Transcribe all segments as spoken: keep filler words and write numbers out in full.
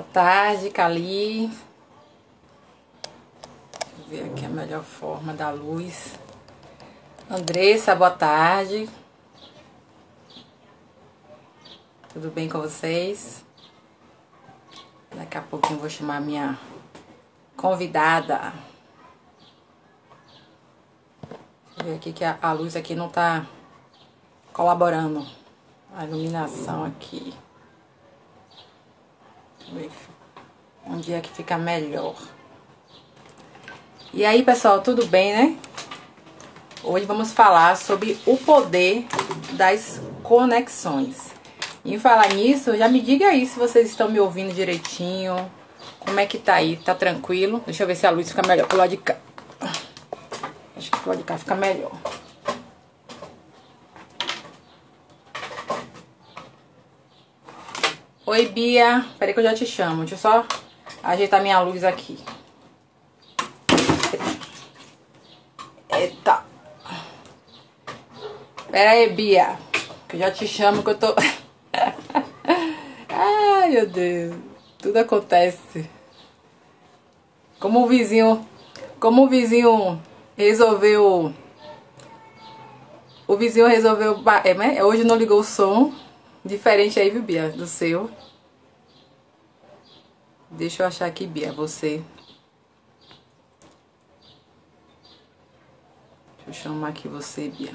tarde, Cali. Vou ver aqui a melhor forma da luz. Andressa, boa tarde. Tudo bem com vocês? Daqui a pouquinho eu vou chamar a minha convidada. Deixa eu ver aqui que a, a luz aqui não tá colaborando. A iluminação aqui. Deixa eu ver onde é que fica melhor. E aí, pessoal, tudo bem, né? Hoje vamos falar sobre o poder das conexões. Em falar nisso, já me diga aí se vocês estão me ouvindo direitinho. Como é que tá aí? Tá tranquilo? Deixa eu ver se a luz fica melhor pro lado de cá. Acho que pro lado de cá fica melhor. Oi, Bia. Peraí que eu já te chamo. Deixa eu só ajeitar minha luz aqui. Eita. Pera aí, Bia. Que eu já te chamo que eu tô... Ai, meu Deus. Tudo acontece. Como o vizinho... Como o vizinho resolveu... O vizinho resolveu... É, né? Hoje não ligou o som. Diferente aí, viu, Bia? Do seu. Deixa eu achar aqui, Bia. Você... Deixa eu chamar aqui você, Bia.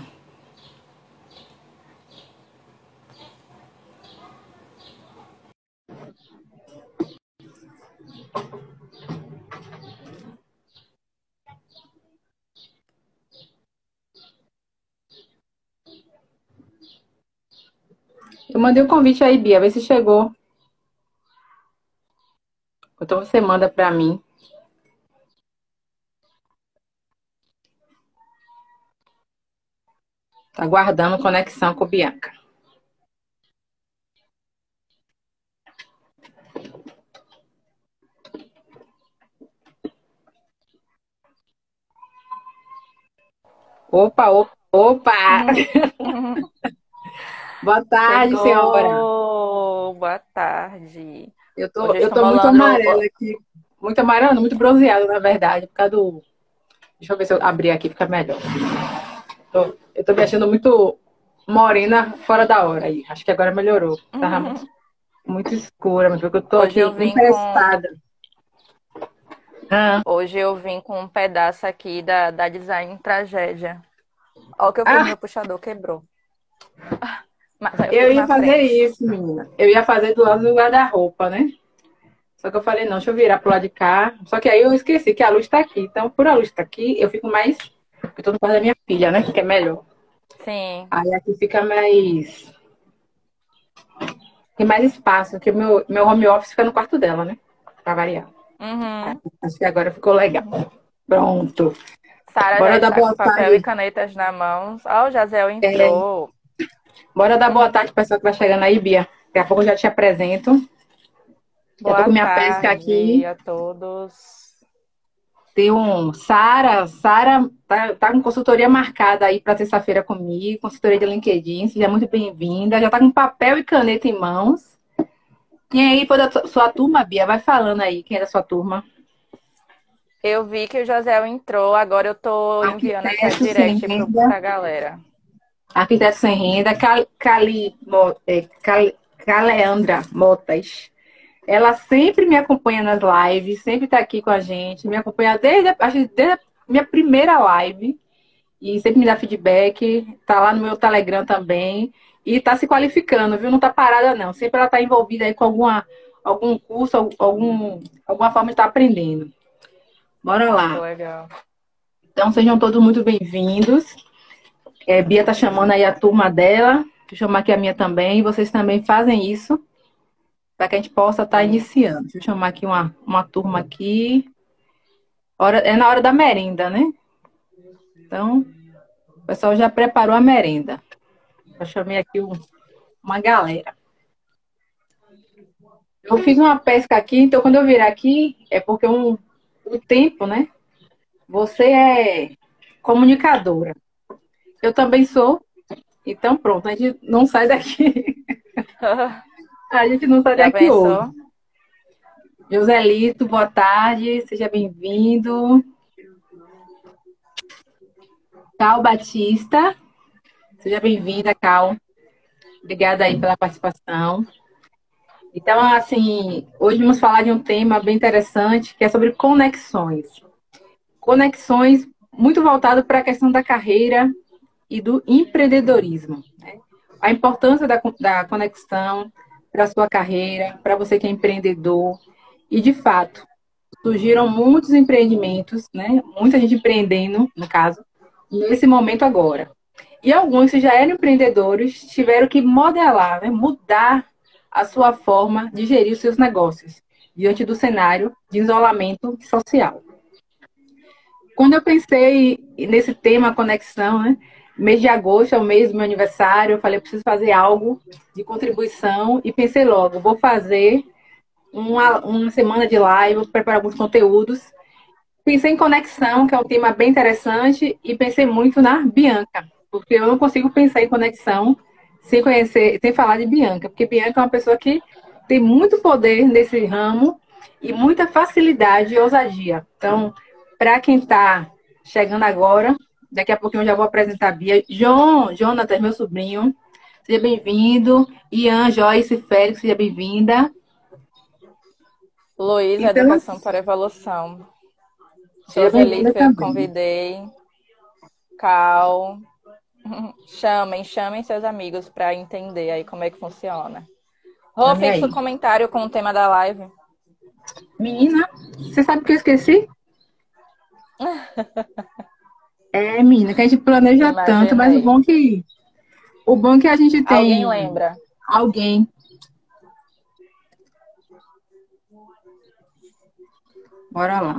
Eu mandei o convite aí, Bia. Vê se chegou. Então você manda pra mim. Tá aguardando conexão com Bianca. Opa, opa, opa! Boa tarde, senhora. Chegou! Boa tarde. Eu tô, Hoje eu eu estou tô muito molando. amarela aqui. Muito amarela, não, muito bronzeada, na verdade, por causa do... Deixa eu ver se eu abrir aqui, fica melhor. Tô- eu tô me achando muito morena, fora da hora aí. Acho que agora melhorou. Tava muito escura, mas porque eu tô Hoje eu aqui vim com. emprestada. Ah, Hoje eu vim com um pedaço aqui da, da Design Tragédia. Olha o que eu fiz, ah, meu puxador quebrou. Mas aí eu eu fico ia na fazer frente. isso, menina. Eu ia fazer do lado do guarda-roupa, né? Só que eu falei, não, deixa eu virar pro lado de cá. Só que aí eu esqueci que a luz tá aqui. Então, por a luz tá aqui, eu fico mais. Eu tô no quarto da minha filha, né? Que é melhor. Sim. Aí aqui fica mais. Tem mais espaço, porque meu, meu home office fica no quarto dela, né? Pra variar. Aí, Uhum. acho que agora ficou legal. Pronto. Sara já Bora dar está boa com papel e tarde. canetas na mão. Ó, o Jazel É, entrou. bora dar boa tarde pro pessoal que vai chegando aí, Bia. Daqui a pouco eu já te apresento. Já tô Boa com minha pesca tarde aqui. a todos. Tem um Sara. Sara tá, tá com consultoria marcada aí para terça-feira comigo, consultoria de LinkedIn. Seja muito bem-vinda. Já tá com papel e caneta em mãos. Quem aí foi da tu- sua turma, Bia? Vai falando aí quem é da sua turma. Eu vi que o Jazel entrou, agora eu tô enviando aqui a Arquiteto sem direct pro, renda. pra galera. Arquiteto sem renda. Cal- Cali, Mo- é, Cali- Caleandra Motas. Ela sempre me acompanha nas lives, sempre tá aqui com a gente. Me acompanha desde, a- acho que desde a minha primeira live. E sempre me dá feedback, tá lá no meu Telegram também, e tá se qualificando, viu? Não tá parada, não. Sempre ela tá envolvida aí com alguma, algum curso, algum, alguma forma de estar aprendendo. Bora Que lá. legal. Então, sejam todos muito bem-vindos. É, Bia tá chamando aí a turma dela, deixa eu chamar aqui a minha também, e vocês também fazem isso, para que a gente possa estar iniciando. Deixa eu chamar aqui uma, uma turma aqui. Hora, é na hora da merenda, né? Então, o pessoal já preparou a merenda. Eu chamei aqui um- uma galera. Eu fiz uma pesca aqui, então quando eu virar aqui, é porque um, o tempo, né? Você é comunicadora. Eu também sou, então pronto, a gente não sai daqui. A gente não sai Já daqui hoje. pensou? Joselito, boa tarde, seja bem-vindo. Cal Batista, seja bem-vinda, Cal. Obrigada aí pela participação. Então, assim, hoje vamos falar de um tema bem interessante, que é sobre conexões. Conexões muito voltado para a questão da carreira e do empreendedorismo, né? A importância da, da conexão para a sua carreira, para você que é empreendedor. E, de fato, surgiram muitos empreendimentos, né? Muita gente empreendendo, no caso, nesse momento agora. E alguns que já eram empreendedores tiveram que modelar, né? Mudar a sua forma de gerir os seus negócios diante do cenário de isolamento social. Quando eu pensei nesse tema conexão, né? Mês de agosto é o mês do meu aniversário, eu falei, eu preciso fazer algo de contribuição e pensei logo, vou fazer uma, uma semana de live, vou preparar alguns conteúdos. Pensei em conexão, que é um tema bem interessante, e pensei muito na Bianca, porque eu não consigo pensar em conexão sem conhecer, sem falar de Bianca, porque Bianca é uma pessoa que tem muito poder nesse ramo e muita facilidade e ousadia. Então, para quem está chegando agora, daqui a pouquinho eu já vou apresentar a Bia. João, Jonatas, meu sobrinho, seja bem-vindo. Ian, Joyce, Félix, seja bem-vinda. Luísa, Então, Educação para Evolução. seja bem-vinda Joselito, eu também. convidei. Cal. Chamem, chamem seus amigos para entender aí como é que funciona. Rô, Chame fixa aí. o comentário com o tema da live. Menina, você sabe o que eu esqueci? É, menina, que a gente planeja tanto, mas o Imaginei. bom que o bom que a gente Alguém tem lembra? alguém. Bora lá.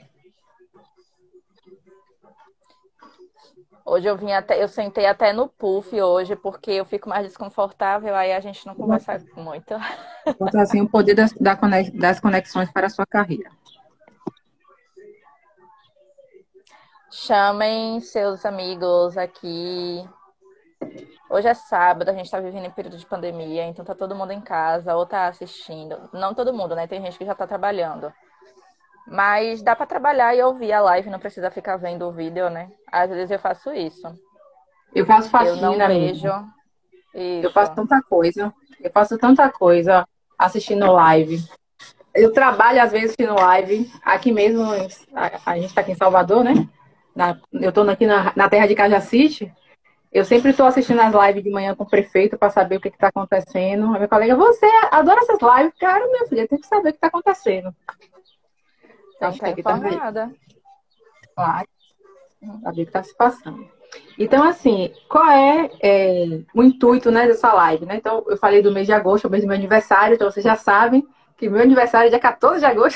Hoje eu vim até, eu sentei até no puff hoje, porque eu fico mais desconfortável, aí a gente não conversa muito. Botar assim o poder das, da conex- das conexões para a sua carreira. Chamem seus amigos aqui. Hoje é sábado, a gente tá vivendo em período de pandemia, então tá todo mundo em casa ou tá assistindo. Não todo mundo, né? Tem gente que já tá trabalhando. Mas dá pra trabalhar e ouvir a live, não precisa ficar vendo o vídeo, né? Às vezes eu faço isso. Eu faço Eu não faxina, vejo menina. Eu isso. faço tanta coisa. Eu faço tanta coisa assistindo live. Eu trabalho, às vezes, assistindo live. Aqui mesmo, a, a gente está aqui em Salvador, né? Na- eu estou aqui na, na terra de Cajacite. Eu sempre estou assistindo as lives de manhã com o prefeito para saber o que está acontecendo. A minha colega, você adora essas lives? Cara, minha filha, tem que saber o que está acontecendo. Tem que Acho que estar aqui também, informada. claro, saber o que está se passando. Então, assim, qual é, é, o intuito, né, dessa live, né? Então, eu falei do mês de agosto, é o mês do meu aniversário, então vocês já sabem que meu aniversário é dia quatorze de agosto.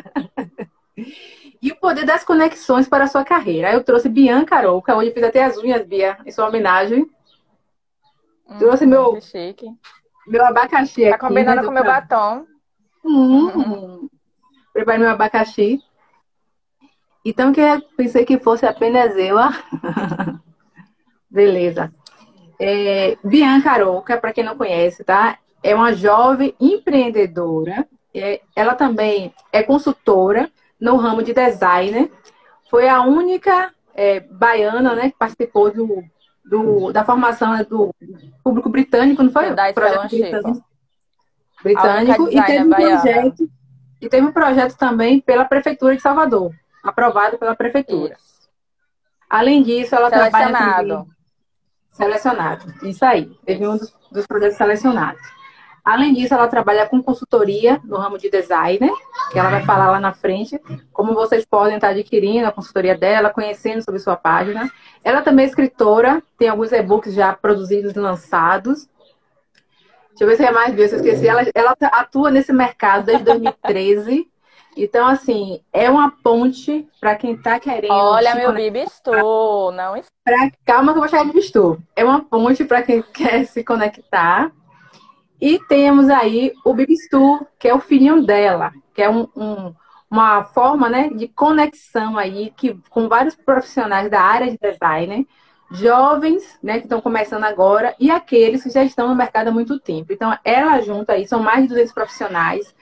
E o poder das conexões para a sua carreira. Aí eu trouxe Bianca Arouca, onde eu fiz até as unhas, Bia, em sua homenagem. Trouxe Hum, que meu, chique. meu abacaxi Tá aqui, né? combinando com Do o meu pra... batom. hum, preparei meu abacaxi. Então, que eu pensei que fosse apenas eu. Ah, beleza. É, Bianca Arouca, para quem não conhece, tá? É uma jovem empreendedora. É, ela também é consultora no ramo de designer. Foi a única é, baiana, né, que participou do, do, da formação, né, do público britânico, não foi? Hyundai Projeto Fellowship. britânico, A única britânico e teve designer um baiana. projeto e teve um projeto também pela prefeitura de Salvador, aprovado pela prefeitura. Isso. Além disso, ela trabalha também Selecionado. selecionado. Isso aí, teve um dos, dos projetos selecionados. Além disso, ela trabalha com consultoria no ramo de designer, que ela vai falar lá na frente, como vocês podem estar adquirindo a consultoria dela, conhecendo sobre sua página. Ela também é escritora, tem alguns e-books já produzidos e lançados. Deixa eu ver se é mais disso, eu esqueci. Ela, ela atua nesse mercado desde dois mil e treze. Então, assim, é uma ponte para quem está querendo Olha se meu conectar. Bibistou. Não Pra... Calma que eu vou chegar de Bistu. É uma ponte para quem quer se conectar. E temos aí o Bibistu, que é o filhinho dela, que é um, um, uma forma, né, de conexão aí que, com vários profissionais da área de design, jovens, né, que estão começando agora, e aqueles que já estão no mercado há muito tempo. Então, ela junta aí, são mais de duzentos profissionais,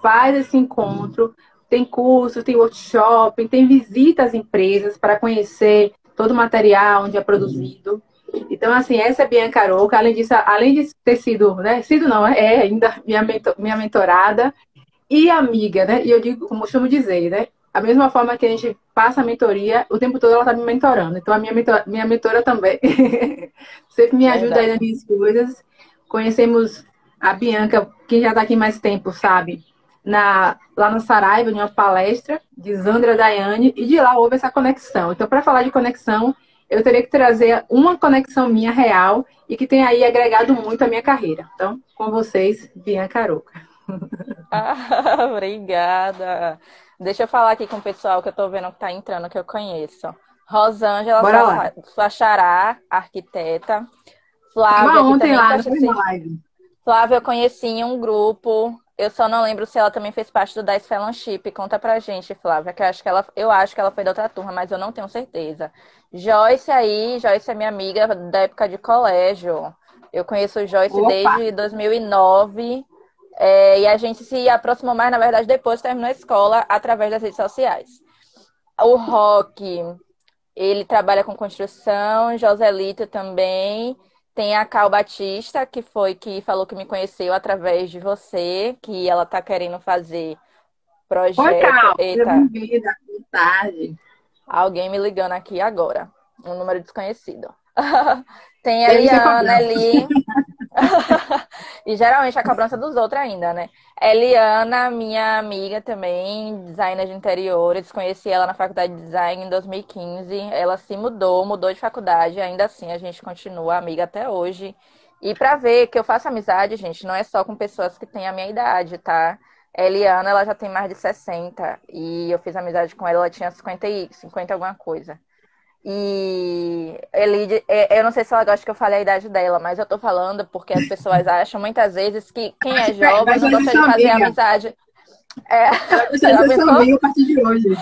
faz esse encontro, tem curso, tem workshop, tem visita às empresas para conhecer todo o material onde é produzido. Então, assim, essa é Bianca Aroca. Além disso, além de ter sido, né? Sido não, é ainda minha, mentor, minha mentorada e amiga, né? E eu digo, como costumo dizer, né? A mesma forma que a gente passa a mentoria, o tempo todo ela está me mentorando. Então, a minha, mentor, minha mentora também sempre me ajuda aí nas minhas coisas. Conhecemos a Bianca, quem já está aqui mais tempo, sabe? Na, lá no Saraiva, em uma palestra de Zandra Daiane, e de lá houve essa conexão. Então, para falar de conexão, eu teria que trazer uma conexão minha real e que tem aí agregado muito a minha carreira. Então, com vocês, Bianca Aroca. Ah, obrigada. Deixa eu falar aqui com o pessoal que eu tô vendo que tá entrando, que eu conheço. Rosângela, Bora sua, lá. sua xará, arquiteta. Flávia, Tava que ontem também lá, tá não foi uma assistindo. live. Flávia, eu conheci em um grupo. Eu só não lembro se ela também fez parte do Dice Fellowship. Conta pra gente, Flávia, que eu acho que ela, eu acho que ela foi da outra turma, mas eu não tenho certeza. Joyce aí, Joyce é minha amiga da época de colégio. Eu conheço Joyce Opa! desde dois mil e nove. É, e a gente se aproximou mais, na verdade, depois que terminou a escola, através das redes sociais. O Rock, ele trabalha com construção, Joselito também. Tem a Cal Batista, que foi que falou que me conheceu através de você, que ela tá querendo fazer Oi, projeto. Cal. Seja Eita, bem-vinda. Boa tarde. alguém me ligando aqui agora. Um número desconhecido. Tem a Deve ser Eliana cobrança. ali. E geralmente a cobrança dos outros ainda, né? Eliana, minha amiga também, designer de interiores, conheci ela na faculdade de design em dois mil e quinze. Ela se mudou, mudou de faculdade, ainda assim a gente continua amiga até hoje. E pra ver que eu faço amizade, gente, não é só com pessoas que têm a minha idade, tá? Eliana, ela já tem mais de sessenta e eu fiz amizade com ela, ela tinha cinquenta, e, cinquenta alguma coisa. E ele, eu não sei se ela gosta que eu fale a idade dela, mas eu tô falando porque as pessoas acham muitas vezes que quem é Vai jovem não ser gosta de sua fazer amiga. amizade. É, Ela vai já ser sua pensou? amiga a partir de hoje.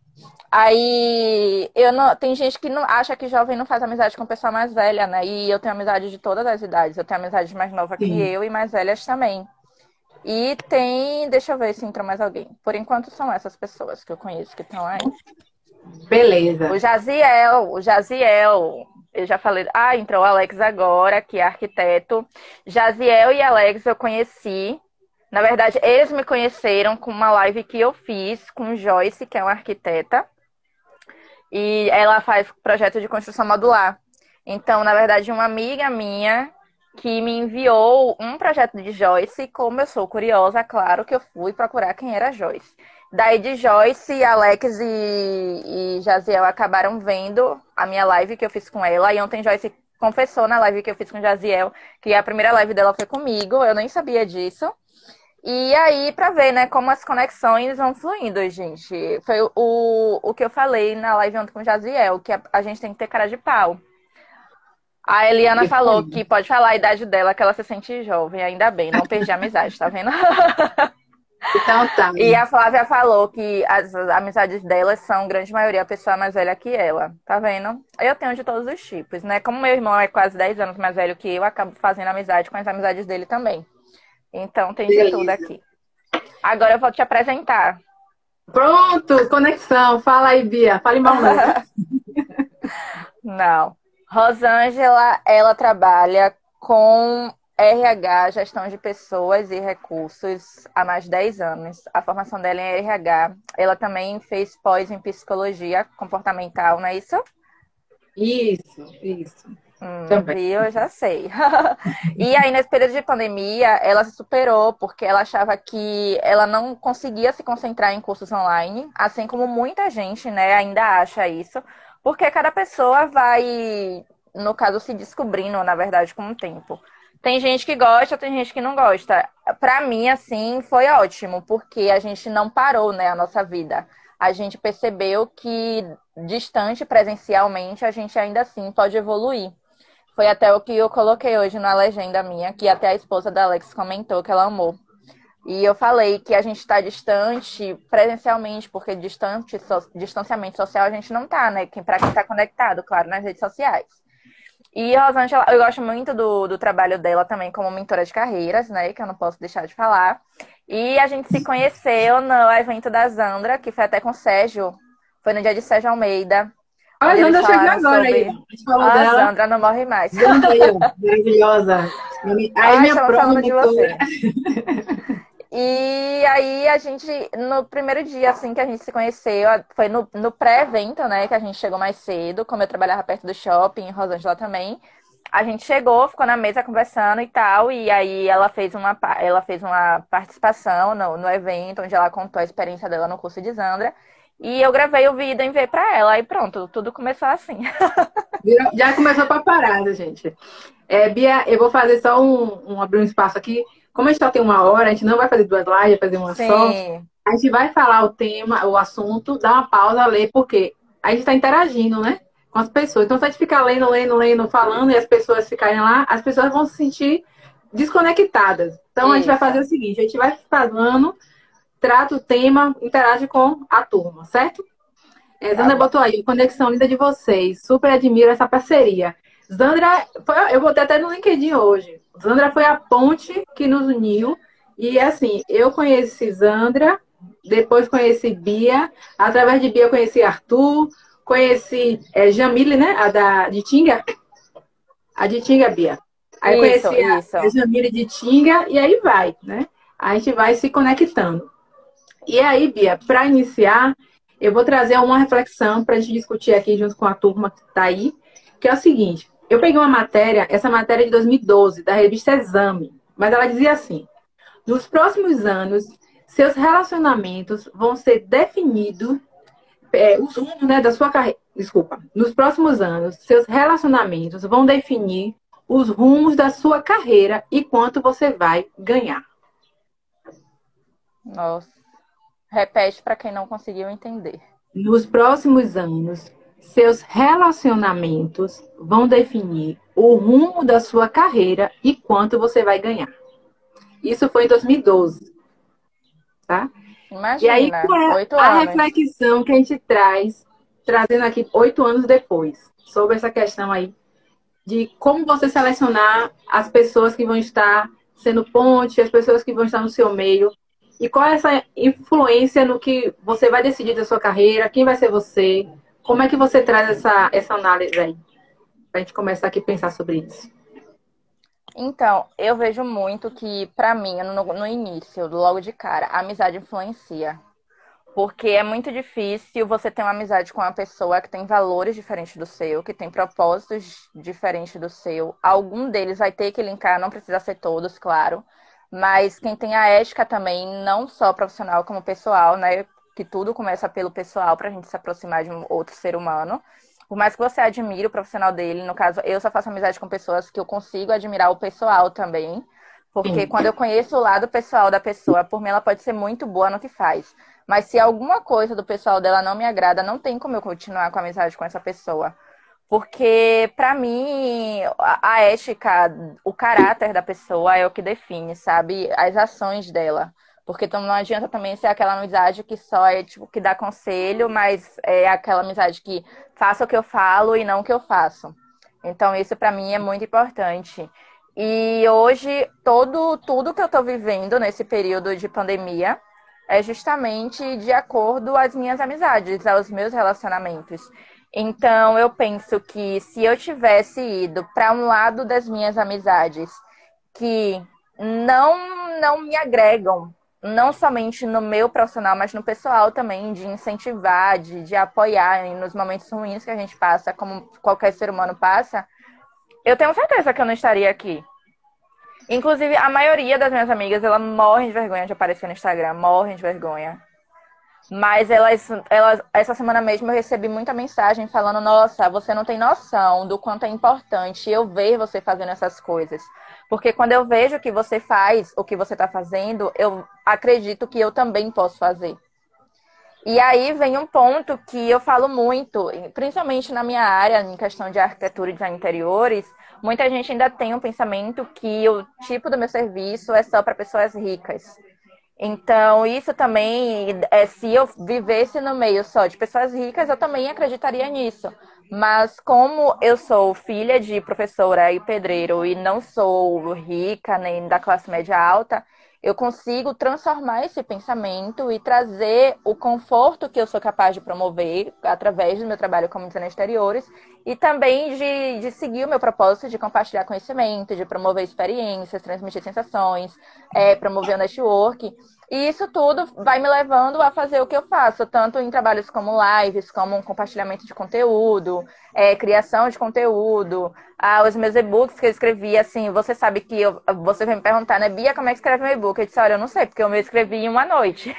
Aí eu não, tem gente que não acha que jovem não faz amizade com pessoa mais velha, né? E eu tenho amizade de todas as idades. Eu tenho amizade mais nova que Sim. eu e mais velhas também. E tem, deixa eu ver se entra mais alguém. Por enquanto são essas pessoas que eu conheço que estão aí. Beleza. O Jaziel, o Jaziel, eu já falei. Ah, entrou o Alex agora, que é arquiteto. Jaziel e Alex eu conheci. Na verdade, eles me conheceram com uma live que eu fiz com Joyce, que é uma arquiteta. E ela faz projeto de construção modular. Então, na verdade, uma amiga minha que me enviou um projeto de Joyce, como eu sou curiosa, claro que eu fui procurar quem era Joyce. Daí de Joyce, Alex e, e Jaziel acabaram vendo a minha live que eu fiz com ela. E ontem Joyce confessou na live que eu fiz com Jaziel que a primeira live dela foi comigo. Eu nem sabia disso. E aí, pra ver, né, como as conexões vão fluindo, gente. Foi o, o que eu falei na live ontem com o Jaziel, que a, a gente tem que ter cara de pau. A Eliana Isso falou aí. que pode falar a idade dela, que ela se sente jovem. Ainda bem, não perdi a amizade, tá vendo? Então tá. E a Flávia falou que as amizades delas são, grande maioria, a pessoa mais velha que ela. Tá vendo? Eu tenho de todos os tipos, né? Como meu irmão é quase dez anos mais velho que eu, acabo fazendo amizade com as amizades dele também. Então tem de tudo Beleza. aqui. Agora eu vou te apresentar. Pronto, conexão. Fala aí, Bia. Fale mal não. Não. Rosângela, ela trabalha com R H, gestão de pessoas e recursos, há mais de dez anos. A formação dela é em R H. Ela também fez pós em psicologia comportamental, não é isso? Isso, isso. Hum, Também. viu? Eu já sei. E aí, nesse período de pandemia, ela se superou, porque ela achava que ela não conseguia se concentrar em cursos online, assim como muita gente, né, ainda acha isso, porque cada pessoa vai, no caso, se descobrindo, na verdade, com o tempo. Tem gente que gosta, tem gente que não gosta. Pra mim, assim, foi ótimo, porque a gente não parou, né, a nossa vida. A gente percebeu que, distante presencialmente, a gente ainda assim pode evoluir. Foi até o que eu coloquei hoje na legenda minha, que até a esposa da Alex comentou que ela amou. E eu falei que a gente está distante presencialmente, porque distante, so, distanciamento social a gente não tá, né? Para quem está conectado, claro, nas redes sociais. E a Rosângela, eu gosto muito do, do trabalho dela também como mentora de carreiras, né? Que eu não posso deixar de falar. E a gente se conheceu no evento da Zandra, que foi até com o Sérgio. Foi no dia de Sérgio Almeida, Olha, a onde eles Zandra chegou falaram agora aí, ó. sobre A gente falou a dela. Zandra não morre mais. Zandra aí, ó. Maravilhosa. Aí Ai, minha estava prova, falando de mentora. você. E aí a gente, no primeiro dia assim que a gente se conheceu, foi no, no pré-evento, né, que a gente chegou mais cedo, como eu trabalhava perto do shopping, em Rosângela também. A gente chegou, ficou na mesa conversando e tal, e aí ela fez uma, ela fez uma participação no, no evento, onde ela contou a experiência dela no curso de Zandra, e eu gravei o vídeo e enviei pra ela, aí pronto, tudo começou assim. Virou- Já começou para parada, gente. É, Bia, eu vou fazer só um, um abrir um espaço aqui. Como a gente só tem uma hora, a gente não vai fazer duas lives, vai fazer uma só. Sim, A gente vai falar o tema, o assunto, dar uma pausa, ler, porque a gente está interagindo, né? Com as pessoas. Então, se a gente ficar lendo, lendo, lendo, falando e as pessoas ficarem lá, as pessoas vão se sentir desconectadas. Então, a gente vai isso. fazer o seguinte: a gente vai falando, trata o tema, interage com a turma, certo? É, Tá Zandra bom. botou aí, conexão linda de vocês. Super admiro essa parceria. Zandra, foi, eu botei até no LinkedIn hoje. Zandra foi a ponte que nos uniu. E assim, eu conheci Zandra, depois conheci Bia. Através de Bia, eu conheci Arthur, conheci é, Jamile, né? A da, de Tinga. A de Tinga, Bia. Aí Isso, conheci a, isso. a Jamile de Tinga e aí vai, né? A gente vai se conectando. E aí, Bia, para iniciar, eu vou trazer uma reflexão para a gente discutir aqui junto com a turma que está aí, que é o seguinte: eu peguei uma matéria, essa matéria é de dois mil e doze, da revista Exame, mas ela dizia assim: nos próximos anos, seus relacionamentos vão ser definidos, é, os rumos, né, da sua carreira. Desculpa, nos próximos anos, seus relacionamentos vão definir os rumos da sua carreira e quanto você vai ganhar. Nossa. Repete para quem não conseguiu entender. Nos próximos anos, seus relacionamentos vão definir o rumo da sua carreira e quanto você vai ganhar. Isso foi em dois mil e doze, tá? E aí, Imagina, qual é oito a anos. reflexão que a gente traz, trazendo aqui oito anos depois, sobre essa questão aí de como você selecionar as pessoas que vão estar sendo ponte, as pessoas que vão estar no seu meio, e qual é essa influência no que você vai decidir da sua carreira, quem vai ser você, como é que você traz essa, essa análise aí, para a gente começar aqui a pensar sobre isso. Então, eu vejo muito que, pra mim, no, no início, logo de cara, a amizade influencia. Porque é muito difícil você ter uma amizade com uma pessoa que tem valores diferentes do seu, que tem propósitos diferentes do seu. Algum deles vai ter que linkar, não precisa ser todos, claro. Mas quem tem a ética também, não só profissional como pessoal, né? Que tudo começa pelo pessoal pra gente se aproximar de um outro ser humano. Por mais que você admire o profissional dele, no caso, eu só faço amizade com pessoas que eu consigo admirar o pessoal também. Porque Sim, quando eu conheço o lado pessoal da pessoa, por mim ela pode ser muito boa no que faz. Mas se alguma coisa do pessoal dela não me agrada, não tem como eu continuar com a amizade com essa pessoa. Porque, pra mim, a a ética, o caráter da pessoa é o que define, sabe? As ações dela. Porque então, não adianta também ser aquela amizade que só é, tipo, que dá conselho, mas é aquela amizade que faça o que eu falo e não o que eu faço. Então, isso pra mim é muito importante. E hoje, todo, tudo que eu tô vivendo nesse período de pandemia é justamente de acordo às minhas amizades, aos meus relacionamentos. Então, eu penso que se eu tivesse ido para um lado das minhas amizades que não, não me agregam, não somente no meu profissional, mas no pessoal também, de incentivar, de, de apoiar nos momentos ruins que a gente passa, como qualquer ser humano passa, eu tenho certeza que eu não estaria aqui. Inclusive, a maioria das minhas amigas, ela morre de vergonha de aparecer no Instagram, morrem de vergonha. Mas elas, elas, essa semana mesmo eu recebi muita mensagem falando: nossa, você não tem noção do quanto é importante eu ver você fazendo essas coisas. Porque quando eu vejo o que você faz, o que você está fazendo, eu acredito que eu também posso fazer. E aí vem um ponto que eu falo muito, principalmente na minha área, em questão de arquitetura e design interiores, muita gente ainda tem um pensamento que o tipo do meu serviço é só para pessoas ricas. Então, isso também, é, se eu vivesse no meio só de pessoas ricas, eu também acreditaria nisso. Mas como eu sou filha de professora e pedreiro e não sou rica nem da classe média alta, eu consigo transformar esse pensamento e trazer o conforto que eu sou capaz de promover através do meu trabalho como designer de exteriores e também de, de seguir o meu propósito de compartilhar conhecimento, de promover experiências, transmitir sensações, é, promover o network. E isso tudo vai me levando a fazer o que eu faço, tanto em trabalhos como lives, como um compartilhamento de conteúdo, é, criação de conteúdo, ah, os meus e-books que eu escrevi, assim, você sabe que eu, você vai me perguntar, né, Bia, como é que escreve um e-book? Eu disse, olha, eu não sei, porque eu me escrevi em uma noite.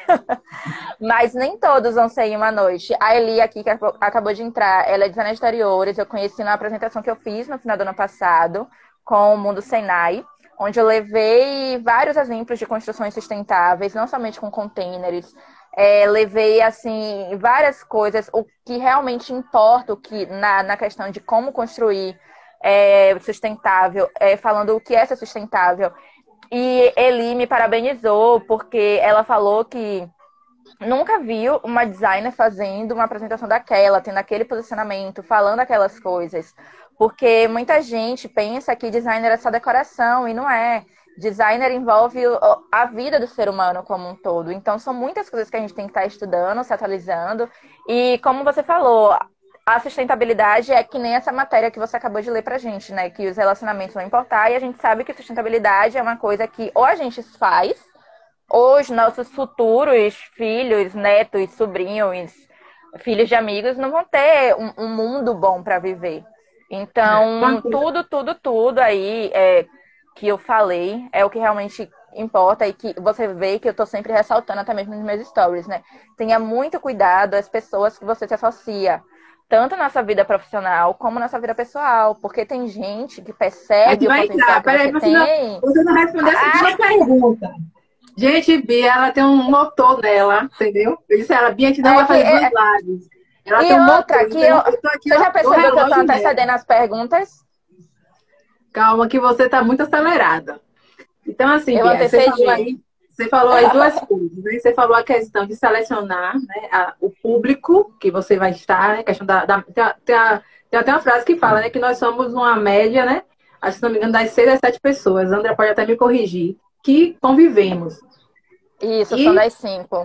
Mas nem todos vão ser em uma noite. A Eli aqui, que acabou de entrar, ela é designer de exteriores, eu conheci na apresentação que eu fiz no final do ano passado, com o Mundo Senai, onde eu levei vários exemplos de construções sustentáveis, não somente com containers, é, levei, assim, várias coisas, o que realmente importa o que, na, na questão de como construir é, sustentável, é, falando o que é ser sustentável. E Eli me parabenizou, porque ela falou que nunca viu uma designer fazendo uma apresentação daquela, tendo aquele posicionamento, falando aquelas coisas. Porque muita gente pensa que designer é só decoração, e não é. Designer envolve a vida do ser humano como um todo. Então, são muitas coisas que a gente tem que estar estudando, se atualizando. E, como você falou, a sustentabilidade é que nem essa matéria que você acabou de ler pra gente, né? Que os relacionamentos vão importar. E a gente sabe que sustentabilidade é uma coisa que ou a gente faz, ou os nossos futuros filhos, netos, sobrinhos, filhos de amigos não vão ter um, um mundo bom para viver. Então, tudo, tudo, tudo aí é, que eu falei é o que realmente importa e que você vê que eu tô sempre ressaltando até mesmo nos meus stories, né? Tenha muito cuidado as pessoas que você se associa, tanto na sua vida profissional como na sua vida pessoal, porque tem gente que percebe o potencial que você tem. Não, você não respondeu a segunda pergunta. Gente, Bia, ela tem um motor nela, entendeu? Eu disse a ela, Bia, a gente não é vai fazer é... duas lives. Ela e tem um outra, motor, que eu, eu tô aqui, você ó, já percebeu que eu tô antecedendo dela. as perguntas? Calma, que você tá muito acelerada. Então, assim, eu Bia, você antecedi. falou aí, você falou aí duas coisas, né? Você falou a questão de selecionar, né, a, o público que você vai estar, né? A questão da, da tem, a, tem, a, tem até uma frase que fala, né, que nós somos uma média, né? Acho que, se não me engano, das seis às sete pessoas. André pode até me corrigir, que convivemos. Isso, e... são das cinco.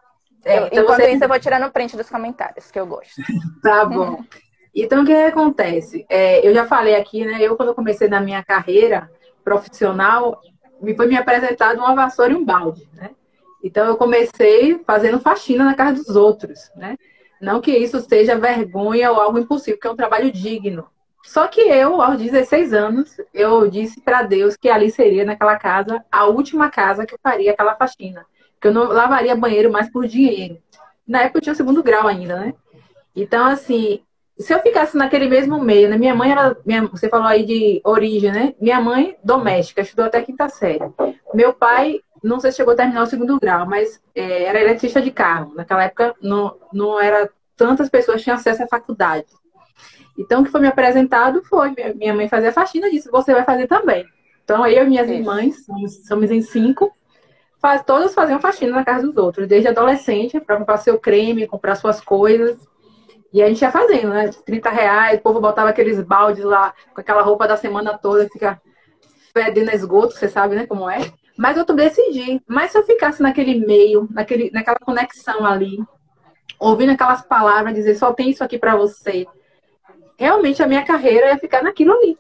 É, eu, então enquanto você... isso, eu vou tirando print dos comentários, que eu gosto. Tá bom. Então, o que acontece? É, eu já falei aqui, né? Eu, quando eu comecei na minha carreira profissional, me foi me apresentado uma vassoura e um balde, né? Então, eu comecei fazendo faxina na casa dos outros, né? Não que isso seja vergonha ou algo impossível, porque é um trabalho digno. Só que eu, aos dezesseis anos, eu disse para Deus que ali seria, naquela casa, a última casa que eu faria aquela faxina. Que eu não lavaria banheiro mais por dinheiro. Na época eu tinha o segundo grau ainda, né? Então, assim, se eu ficasse naquele mesmo meio, né? Minha mãe era. Minha, você falou aí de origem, né? Minha mãe, doméstica, estudou até quinta série. Meu pai, não sei se chegou a terminar o segundo grau, mas é, era eletricista de carro. Naquela época, não, não era. Tantas pessoas tinham acesso à faculdade. Então, o que foi me apresentado foi: minha mãe fazia faxina, disse, você vai fazer também. Então, eu e minhas Isso. irmãs, somos, somos em cinco. Faz, todas faziam faxina na casa dos outros, desde adolescente, para comprar seu creme, comprar suas coisas. E a gente ia fazendo, né? trinta reais, o povo botava aqueles baldes lá, com aquela roupa da semana toda, fica fedendo esgoto, você sabe, né, como é. Mas eu decidi. Mas se eu ficasse naquele meio, naquele, naquela conexão ali, ouvindo aquelas palavras, dizer, só tem isso aqui para você, realmente a minha carreira ia ficar naquilo ali.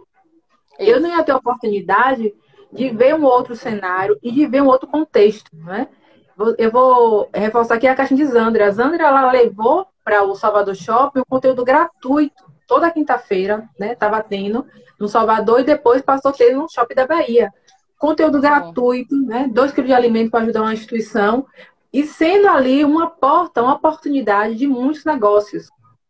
Isso. Eu não ia ter oportunidade de ver um outro cenário e de ver um outro contexto, né? Eu vou reforçar aqui a caixa de Zandra. A Zandra, ela levou para o Salvador Shopping o conteúdo gratuito. Toda quinta-feira, né? Tava tendo no Salvador e depois passou a ter no Shopping da Bahia. Conteúdo gratuito, né? Dois quilos de alimento para ajudar uma instituição. E sendo ali uma porta, uma oportunidade de muitos negócios.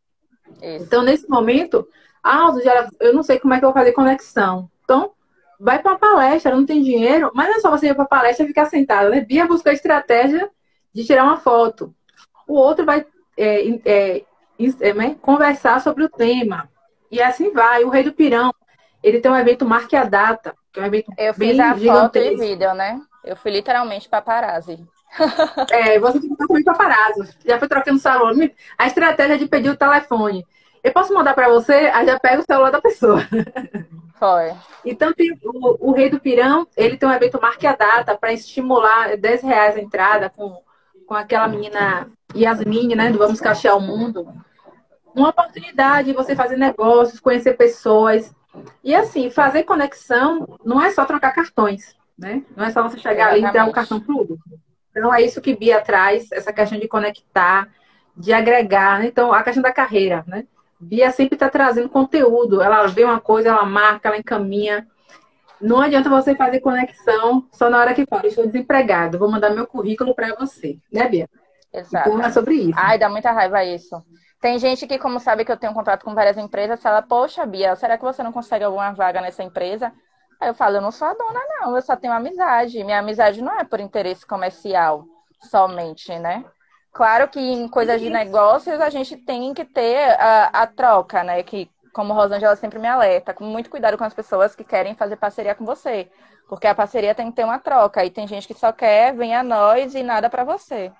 Isso. Então, nesse momento, ah, eu não sei como é que eu vou fazer conexão. Então, vai para uma palestra, não tem dinheiro, mas não é só você ir para a palestra e ficar sentado, né? Bia buscou a estratégia de tirar uma foto. O outro vai é, é, é, conversar sobre o tema. E assim vai. O Rei do Pirão, ele tem um evento Marque a Data, que é um evento Eu bem fiz a gigantesco. foto e vídeo, né? Eu fui literalmente paparazzi. É, você fica totalmente paparazzo. Já foi trocando salão. A estratégia de pedir o telefone. Eu posso mandar para você, aí já pega o celular da pessoa. Foi. Então, tem o, o Rei do Pirão, ele tem um evento Marque a Data para estimular dez reais a entrada com, com aquela menina Yasmine, né, do Vamos Cachear o Mundo. Uma oportunidade de você fazer negócios, conhecer pessoas. E assim, fazer conexão não é só trocar cartões, né? Não é só você chegar ali e dar o cartão Exatamente. para o outro. Então, é isso que Bia traz, essa questão de conectar, de agregar, né? Então, a questão da carreira, né? Bia sempre está trazendo conteúdo. Ela vê uma coisa, ela marca, ela encaminha. Não adianta você fazer conexão só na hora que fala, estou desempregado, vou mandar meu currículo para você, né, Bia? Então, é sobre Exatamente. isso. Ai, dá muita raiva isso. Tem gente que, como sabe que eu tenho contrato com várias empresas, fala, poxa, Bia, será que você não consegue alguma vaga nessa empresa? Aí eu falo, eu não sou a dona, não, eu só tenho amizade. Minha amizade não é por interesse comercial somente, né? Claro que em coisas de negócios a gente tem que ter a, a troca, né? Que, como Rosângela sempre me alerta, com muito cuidado com as pessoas que querem fazer parceria com você. Porque a parceria tem que ter uma troca. E tem gente que só quer, vem a nós e nada pra você.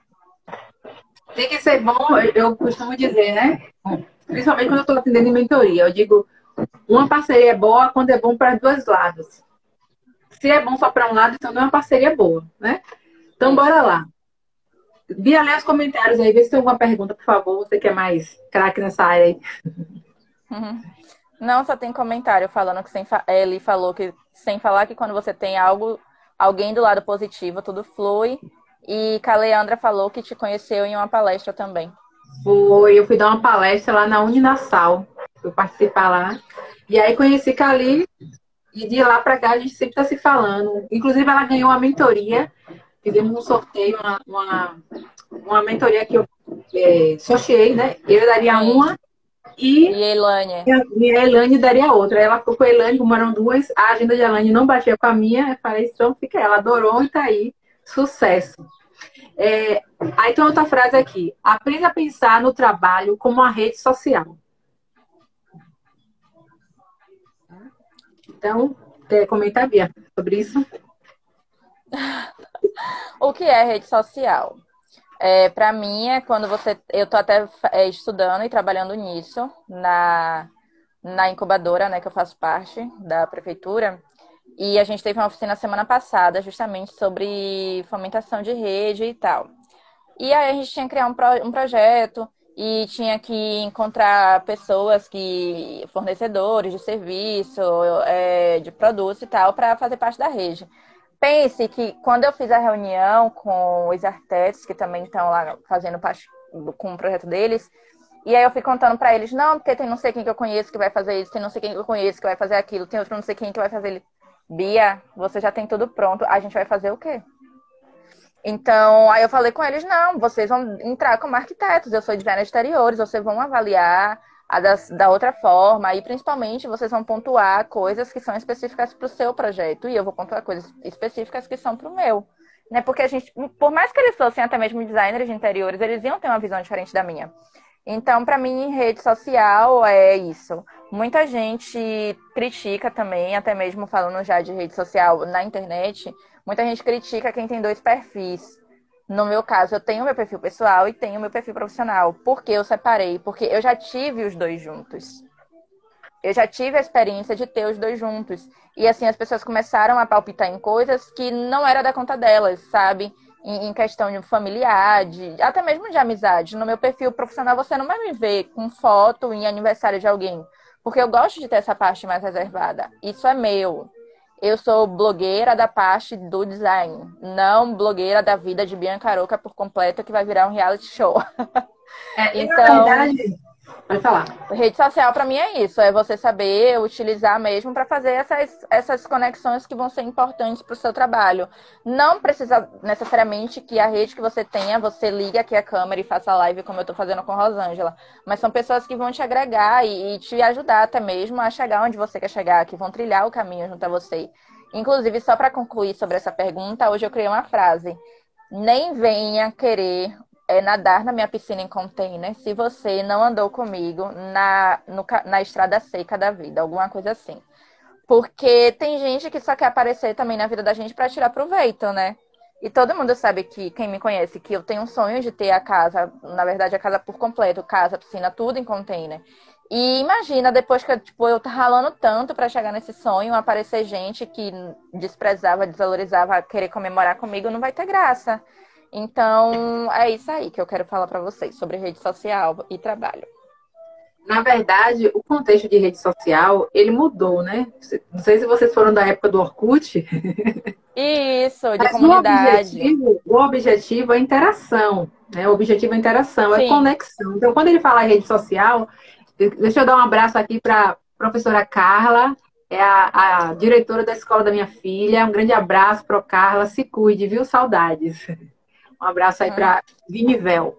Tem que ser bom, eu costumo dizer, né? Principalmente quando eu estou atendendo em mentoria. Eu digo, uma parceria é boa quando é bom para os dois lados. Se é bom só para um lado, então não é uma parceria boa, né? Então, bora Isso. lá. Bia, lê os comentários aí, vê se tem alguma pergunta, por favor. Você que é mais craque nessa área aí. Uhum. Não, só tem comentário falando que sem fa... ele falou que sem falar que quando você tem algo, alguém do lado positivo, tudo flui. E Caleandra falou que te conheceu em uma palestra também. Foi, eu fui dar uma palestra lá na Uninasal. Fui participar lá. E aí conheci Cali e de lá para cá a gente sempre está se falando. Inclusive, ela ganhou uma mentoria. Fizemos um sorteio, uma, uma, uma mentoria que eu é, sorteei, né? Eu daria Sim. uma e E Elane? e a Elane daria outra. Ela ficou com a Elane, como eram duas, a agenda de Elane não batia com a minha. Eu falei, então fica. Ela adorou e tá aí. Sucesso. É, aí tem outra frase aqui. Aprenda a pensar no trabalho como uma rede social. Então, quer comentar, Bia, sobre isso? O que é rede social? É, para mim é quando você. Eu tô até é, estudando e trabalhando nisso na, na incubadora, né, que eu faço parte da prefeitura. E a gente teve uma oficina semana passada justamente sobre fomentação de rede e tal. E aí a gente tinha que criar um, pro, um projeto e tinha que encontrar pessoas que, fornecedores de serviço, é, de produtos e tal, para fazer parte da rede. Pense que quando eu fiz a reunião com os arquitetos, que também estão lá fazendo parte com o projeto deles, e aí eu fui contando para eles, não, porque tem não sei quem que eu conheço que vai fazer isso, tem não sei quem que eu conheço que vai fazer aquilo, tem outro não sei quem que vai fazer. Bia, você já tem tudo pronto, a gente vai fazer o quê? Então, aí eu falei com eles, não, vocês vão entrar como arquitetos, eu sou designer de exteriores, vocês vão avaliar a das, da outra forma, e principalmente vocês vão pontuar coisas que são específicas para o seu projeto, e eu vou pontuar coisas específicas que são para o meu. Né? Porque a gente, por mais que eles fossem até mesmo designers de interiores, eles iam ter uma visão diferente da minha. Então, para mim, rede social é isso. Muita gente critica também, até mesmo falando já de rede social na internet, muita gente critica quem tem dois perfis. No meu caso, eu tenho meu perfil pessoal e tenho meu perfil profissional. Por que eu separei? Porque eu já tive os dois juntos. Eu já tive a experiência de ter os dois juntos. E assim, as pessoas começaram a palpitar em coisas que não era da conta delas, sabe? Em questão de familiar, de, até mesmo de amizade. No meu perfil profissional, você não vai me ver com foto em aniversário de alguém. Porque eu gosto de ter essa parte mais reservada. Isso é meu. Eu sou blogueira da parte do design, não blogueira da vida de Bianca Aroca por completo, que vai virar um reality show. É, e na Então, verdade, pode falar. rede social para mim é isso, é você saber utilizar mesmo para fazer essas, essas conexões que vão ser importantes para o seu trabalho. Não precisa necessariamente que a rede que você tenha, você ligue aqui a câmera e faça live como eu estou fazendo com a Rosângela, mas são pessoas que vão te agregar e, e te ajudar até mesmo a chegar onde você quer chegar, que vão trilhar o caminho junto a você. Inclusive, só para concluir sobre essa pergunta, hoje eu criei uma frase. Nem venha querer é nadar na minha piscina em container se você não andou comigo na, no, na estrada seca da vida, alguma coisa assim. Porque tem gente que só quer aparecer também na vida da gente para tirar proveito, né? E todo mundo sabe que, quem me conhece, que eu tenho um sonho de ter a casa, na verdade a casa por completo, casa, piscina, tudo em container. E imagina, depois que tipo, eu tô ralando tanto pra chegar nesse sonho, aparecer gente que desprezava, desvalorizava, querer comemorar comigo, não vai ter graça. Então, é isso aí que eu quero falar pra vocês sobre rede social e trabalho. Na verdade, o contexto de rede social, ele mudou, né? Não sei se vocês foram da época do Orkut, Isso, de mas o comunidade. objetivo, o objetivo é a interação, né? O objetivo é a interação, é Sim. conexão. Então, quando ele fala em rede social, deixa eu dar um abraço aqui para a professora Carla, é a, a diretora da escola da minha filha. Um grande abraço para Carla, se cuide, viu? Saudades. Um abraço aí Uhum. para Vinivel.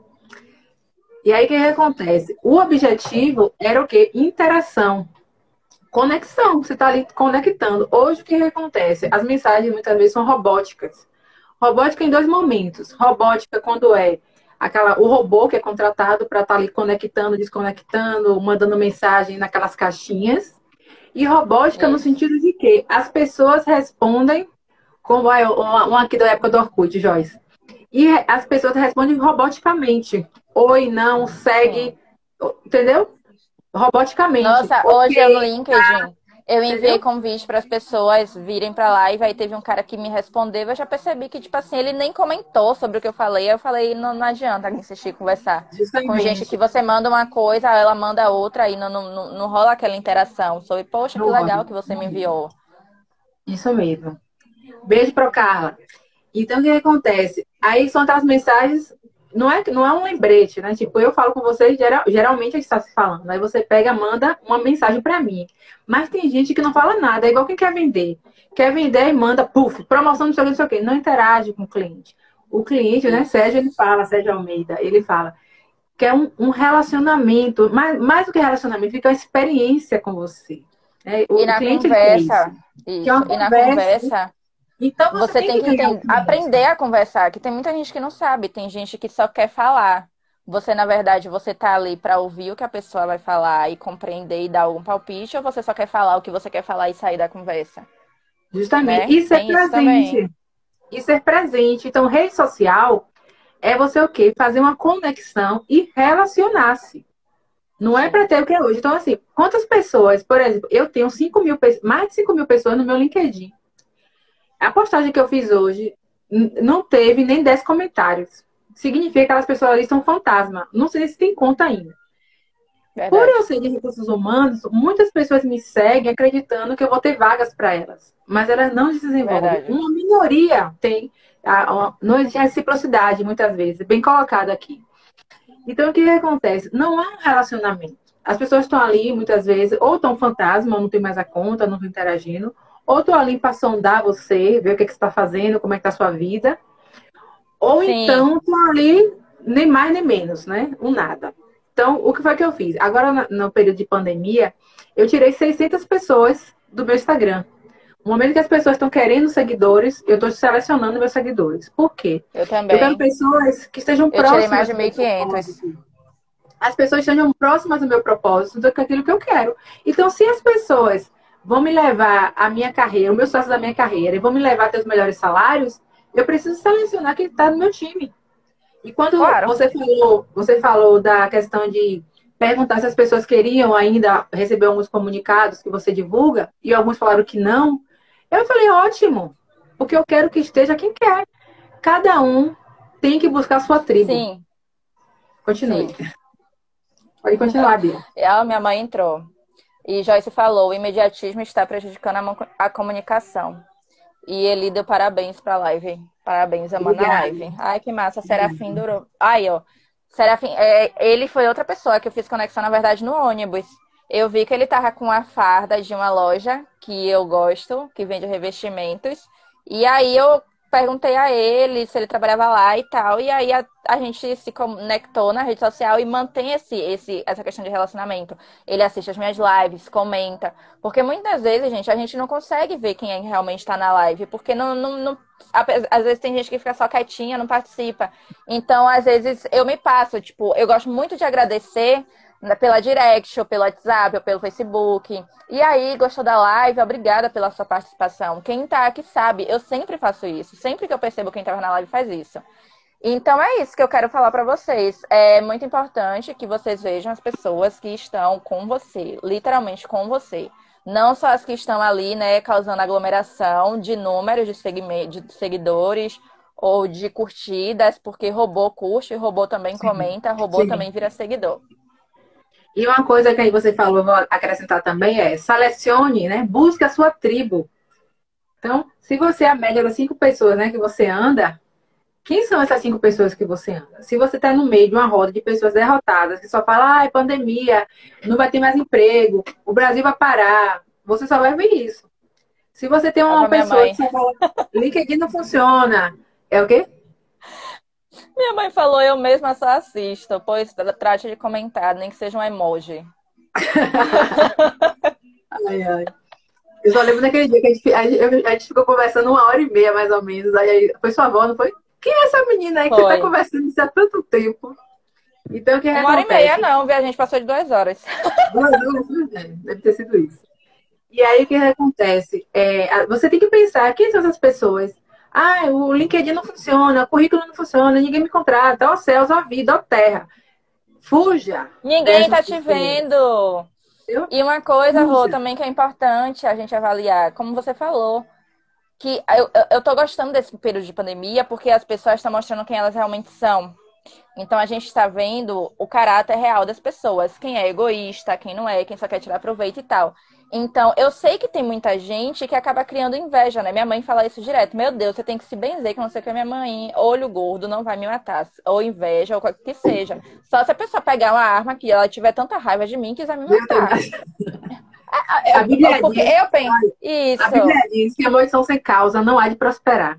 E aí, o que acontece? O objetivo era o quê? Interação. Conexão. Você está ali conectando. Hoje, o que acontece? As mensagens, muitas vezes, são robóticas. Robótica em dois momentos. Robótica quando é aquela, o robô que é contratado para estar ali conectando, desconectando, mandando mensagem naquelas caixinhas. E robótica no Isso. sentido de que as pessoas respondem, como é um aqui da época do Orkut, Joyce. E as pessoas respondem roboticamente. Oi, não, Sim. segue, entendeu? Roboticamente. Nossa, hoje no Ok, LinkedIn eu enviei entendeu? convite para as pessoas virem para lá e aí teve um cara que me respondeu. Eu já percebi que, tipo assim, ele nem comentou sobre o que eu falei. Eu falei, não, não adianta insistir em conversar com gente que Justamente. você manda uma coisa, ela manda outra e não, não, não, não rola aquela interação sobre, poxa, que Não rola. legal que você me enviou. Isso mesmo. Beijo para Carla. Então, o que acontece? Aí são aquelas mensagens, não é, não é um lembrete, né? Tipo, eu falo com vocês, geral, geralmente a gente está se falando. Aí você pega, manda uma mensagem para mim. Mas tem gente que não fala nada, é igual quem quer vender. Quer vender e manda, puf, promoção, não sei o que, não sei o que. Não interage com o cliente. O cliente, né, Isso. Sérgio, ele fala, Sérgio Almeida, ele fala, quer um, um relacionamento, mais, mais do que relacionamento, fica uma experiência com você. É, E o, o na cliente, ele quer isso. conversa, Quer isso. uma E na conversa. conversa, Então, você você tem tem que que ganhar o entender, aprender cliente. a conversar, que tem muita gente que não sabe, tem gente que só quer falar. Você, na verdade, você tá ali para ouvir o que a pessoa vai falar e compreender e dar algum palpite, ou você só quer falar o que você quer falar e sair da conversa, Justamente. né? E ser Tem isso também. presente. E ser presente. Então, rede social é você o quê? Fazer uma conexão e relacionar-se. Não é para Sim. ter o que é hoje. Então, assim, quantas pessoas, por exemplo, eu tenho cinco mil, mais de cinco mil pessoas no meu LinkedIn. A postagem que eu fiz hoje não teve nem dez comentários. Significa que aquelas pessoas ali são fantasma. Não sei se tem conta ainda. Por eu Verdade. ser de recursos humanos, muitas pessoas me seguem acreditando que eu vou ter vagas para elas, mas elas não se desenvolvem. Verdade. Uma minoria tem, não existe reciprocidade muitas vezes, bem colocado aqui. Então, o que, que acontece? Não há um relacionamento. As pessoas estão ali, muitas vezes, ou estão fantasma, não tem mais a conta, não estão interagindo, ou estão ali para sondar você, ver o que, que você está fazendo, como é que está a sua vida, ou Sim. então estão ali, nem mais nem menos, né? Um nada. Então, o que foi que eu fiz? Agora, no período de pandemia, eu tirei seiscentas pessoas do meu Instagram. No momento que as pessoas estão querendo seguidores, eu estou selecionando meus seguidores. Por quê? Eu Eu quero também. pessoas que estejam Eu tirei mais próximas de do meu mil e quinhentos. propósito. As pessoas estejam próximas do meu propósito, do que aquilo que eu quero. Então, se as pessoas vão me levar a minha carreira, o meu sócio da minha carreira, e vão me levar a ter os melhores salários, eu preciso selecionar quem está no meu time. E quando Claro. você falou, você falou da questão de perguntar se as pessoas queriam ainda receber alguns comunicados que você divulga, e alguns falaram que não, eu falei, ótimo, porque eu quero que esteja quem quer. Cada um tem que buscar a sua tribo. Sim. Continue. Sim. Pode continuar, Bia. Ela, minha mãe entrou. E Joyce falou, o imediatismo está prejudicando a, mo- a comunicação. E ele deu parabéns pra live. Parabéns, amando a Obrigada. live. Ai, que massa. Serafim durou. Aí, ó. Serafim, é, ele foi outra pessoa que eu fiz conexão, na verdade, no ônibus. Eu vi que ele tava com a farda de uma loja que eu gosto, que vende revestimentos. E aí eu perguntei a ele se ele trabalhava lá e tal. E aí a, a gente se conectou na rede social e mantém esse, esse, essa questão de relacionamento. Ele assiste as minhas lives, comenta. Porque muitas vezes, gente, a gente não consegue ver quem é que realmente está na live. Porque não, não, não, às vezes tem gente que fica só quietinha, não participa. Então, às vezes, eu me passo. Tipo, eu gosto muito de agradecer pela direct, ou pelo WhatsApp, ou pelo Facebook. E aí, gostou da live? Obrigada pela sua participação. Quem tá aqui sabe, eu sempre faço isso. Sempre que eu percebo quem tá na live faz isso. Então é isso que eu quero falar para vocês. É muito importante que vocês vejam as pessoas que estão com você, literalmente com você. Não só as que estão ali, né, causando aglomeração de números de, segme- de seguidores ou de curtidas, porque robô curte, robô também Sim, comenta, robô sim. também vira seguidor. E uma coisa que aí você falou, eu vou acrescentar também é selecione, né? Busque a sua tribo. Então, se você é a média das cinco pessoas, né, que você anda, quem são essas cinco pessoas que você anda? Se você está no meio de uma roda de pessoas derrotadas, que só fala, ai, pandemia, não vai ter mais emprego, o Brasil vai parar, você só vai ver isso. Se você tem Tava uma minha pessoa que mãe. só fala, LinkedIn não funciona, é o quê? Minha mãe falou, eu mesma só assisto, pois tra- trate de comentar, nem que seja um emoji. Ai, ai. Eu só lembro daquele dia que a gente, a gente, a gente ficou conversando uma hora e meia, mais ou menos. Aí foi sua avó, não foi? Quem é essa menina aí que você está Foi. conversando isso há tanto tempo? Então, o que Uma hora e meia acontece? não, viu? A gente passou de duas horas. Duas horas, né? Deve ter sido isso. E aí, o que acontece? É, você tem que pensar, quem são essas pessoas? Ah, o LinkedIn não funciona, o currículo não funciona, ninguém me contrata, ó céus, ó vida, ó terra. Fuja Ninguém dessas tá te pessoas. vendo. Entendeu? E uma coisa, Rô, Fuja. também que é importante a gente avaliar, como você falou, que eu, eu, eu tô gostando desse período de pandemia porque as pessoas estão mostrando quem elas realmente são. Então a gente está vendo o caráter real das pessoas, quem é egoísta, quem não é, quem só quer tirar proveito e tal. Então, eu sei que tem muita gente que acaba criando inveja, né? Minha mãe fala isso direto. Meu Deus, você tem que se benzer, que não sei o que a minha mãe, olho gordo, não vai me matar. Ou inveja, ou qualquer que seja. Só se a pessoa pegar uma arma que ela tiver tanta raiva de mim, quiser me Deus tem matar. mais. A Eu- Bíblia porque diz, eu penso. a Bíblia Isso. diz que a maldição sem causa não há de prosperar.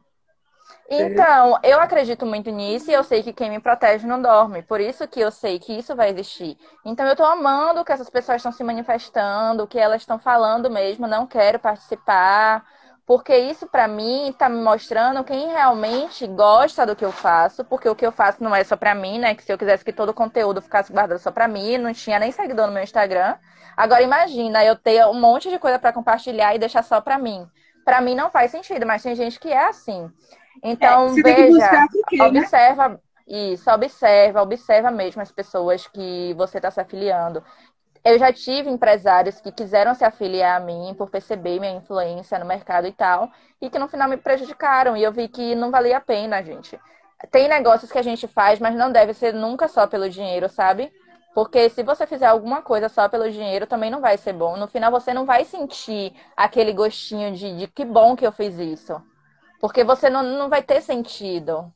Entendeu? Então, eu acredito muito nisso e eu sei que quem me protege não dorme. Por isso que eu sei que isso vai existir. Então, eu tô amando que essas pessoas estão se manifestando, que elas estão falando mesmo, não quero participar. Porque isso, pra mim, tá me mostrando quem realmente gosta do que eu faço. Porque o que eu faço não é só pra mim, né? Que se eu quisesse que todo o conteúdo ficasse guardado só pra mim, não tinha nem seguidor no meu Instagram. Agora, imagina eu ter um monte de coisa pra compartilhar e deixar só pra mim. Pra mim não faz sentido, mas tem gente que é assim. É, Então, você tem que veja, buscar o quê, né? observa isso, observa, observa mesmo as pessoas que você está se afiliando. Eu já tive empresários que quiseram se afiliar a mim por perceber minha influência no mercado e tal, e que no final me prejudicaram, e eu vi que não valia a pena, gente. Tem negócios que a gente faz, mas não deve ser nunca só pelo dinheiro, sabe? Porque se você fizer alguma coisa só pelo dinheiro, também não vai ser bom. No final, você não vai sentir aquele gostinho de, de que bom que eu fiz isso. Porque você não, não vai ter sentido.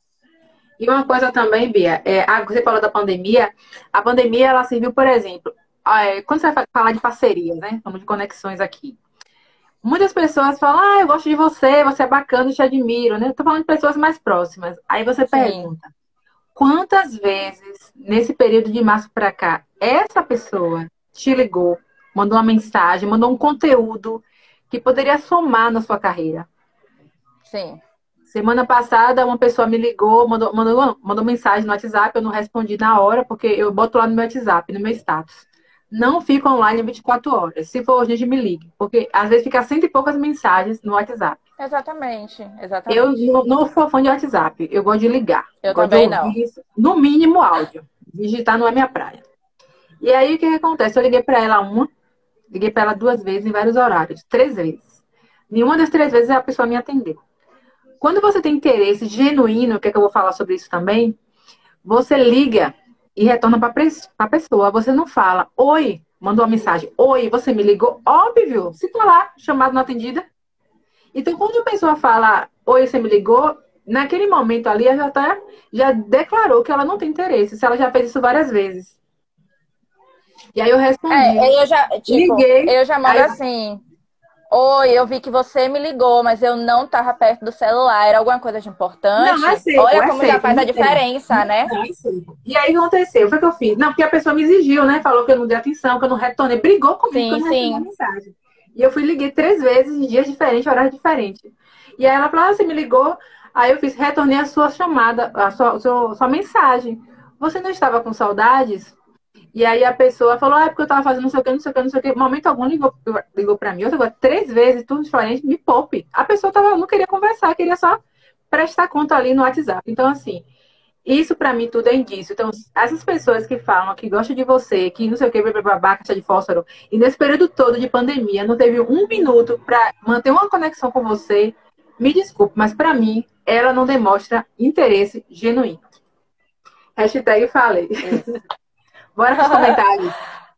E uma coisa também, Bia, é, a- você falou da pandemia. A pandemia, ela serviu, por exemplo, ah, é, quando você vai falar de parcerias, né? Vamos de conexões aqui. Muitas pessoas falam, ah, eu gosto de você, você é bacana, eu te admiro, né? Eu tô falando de pessoas mais próximas. Aí você Sim, pergunta, quantas vezes, nesse período de março para cá, essa pessoa te ligou, mandou uma mensagem, mandou um conteúdo que poderia somar na sua carreira? sim. Semana passada, uma pessoa me ligou, mandou, mandou, mandou mensagem no WhatsApp, eu não respondi na hora, porque eu boto lá no meu WhatsApp, no meu status. Não fica online vinte e quatro horas. Se for urgente, me ligue. Porque às vezes fica cento e poucas mensagens no WhatsApp. Exatamente, Eu exatamente. não, não sou fã de WhatsApp. Eu gosto de ligar. Eu Gosto de também não. ouvir, no mínimo, áudio. Digitar não é minha praia. E aí, o que acontece? Eu liguei para ela uma, liguei para ela duas vezes, em vários horários. Três vezes. Nenhuma das três vezes a pessoa me atendeu. Quando você tem interesse genuíno, que é que eu vou falar sobre isso também, você liga e retorna para a pessoa. Você não fala, oi, mandou uma mensagem, oi, você me ligou? Óbvio, se tá lá, chamado não atendida. Então, quando a pessoa fala, oi, você me ligou, naquele momento ali, ela já, tá, já declarou que ela não tem interesse, se ela já fez isso várias vezes. E aí eu respondi, É, eu já, tipo, liguei, eu já mando aí, assim. Oi, eu vi que você me ligou, mas eu não tava perto do celular. Era alguma coisa de não, é importante? seco, Olha é como já seco, faz a não tem. diferença, né? Não, é seco. E aí o que aconteceu? Foi o que eu fiz. Não, porque a pessoa me exigiu, né? Falou que eu não dei atenção, que eu não retornei. Brigou comigo que eu Sim, não respondi a sim. mensagem. E eu fui liguei três vezes em dias diferentes, horários diferentes. E aí ela falou, ah, você me ligou. Aí eu fiz, retornei a sua chamada, a sua, sua, sua mensagem. Você não estava com saudades? E aí a pessoa falou, ah, é porque eu tava fazendo não sei o que, não sei o que, não sei o que. Momento algum ligou, ligou pra mim. Outra coisa, três vezes, tudo diferente, me poupe. A pessoa tava, não queria conversar, queria só prestar conta ali no WhatsApp. Então, assim, isso para mim tudo é indício. Então, essas pessoas que falam que gostam de você, que não sei o que, babá, caixa de fósforo, e nesse período todo de pandemia não teve um minuto para manter uma conexão com você, me desculpe, mas para mim ela não demonstra interesse genuíno. Hashtag falei. Bora para os comentários.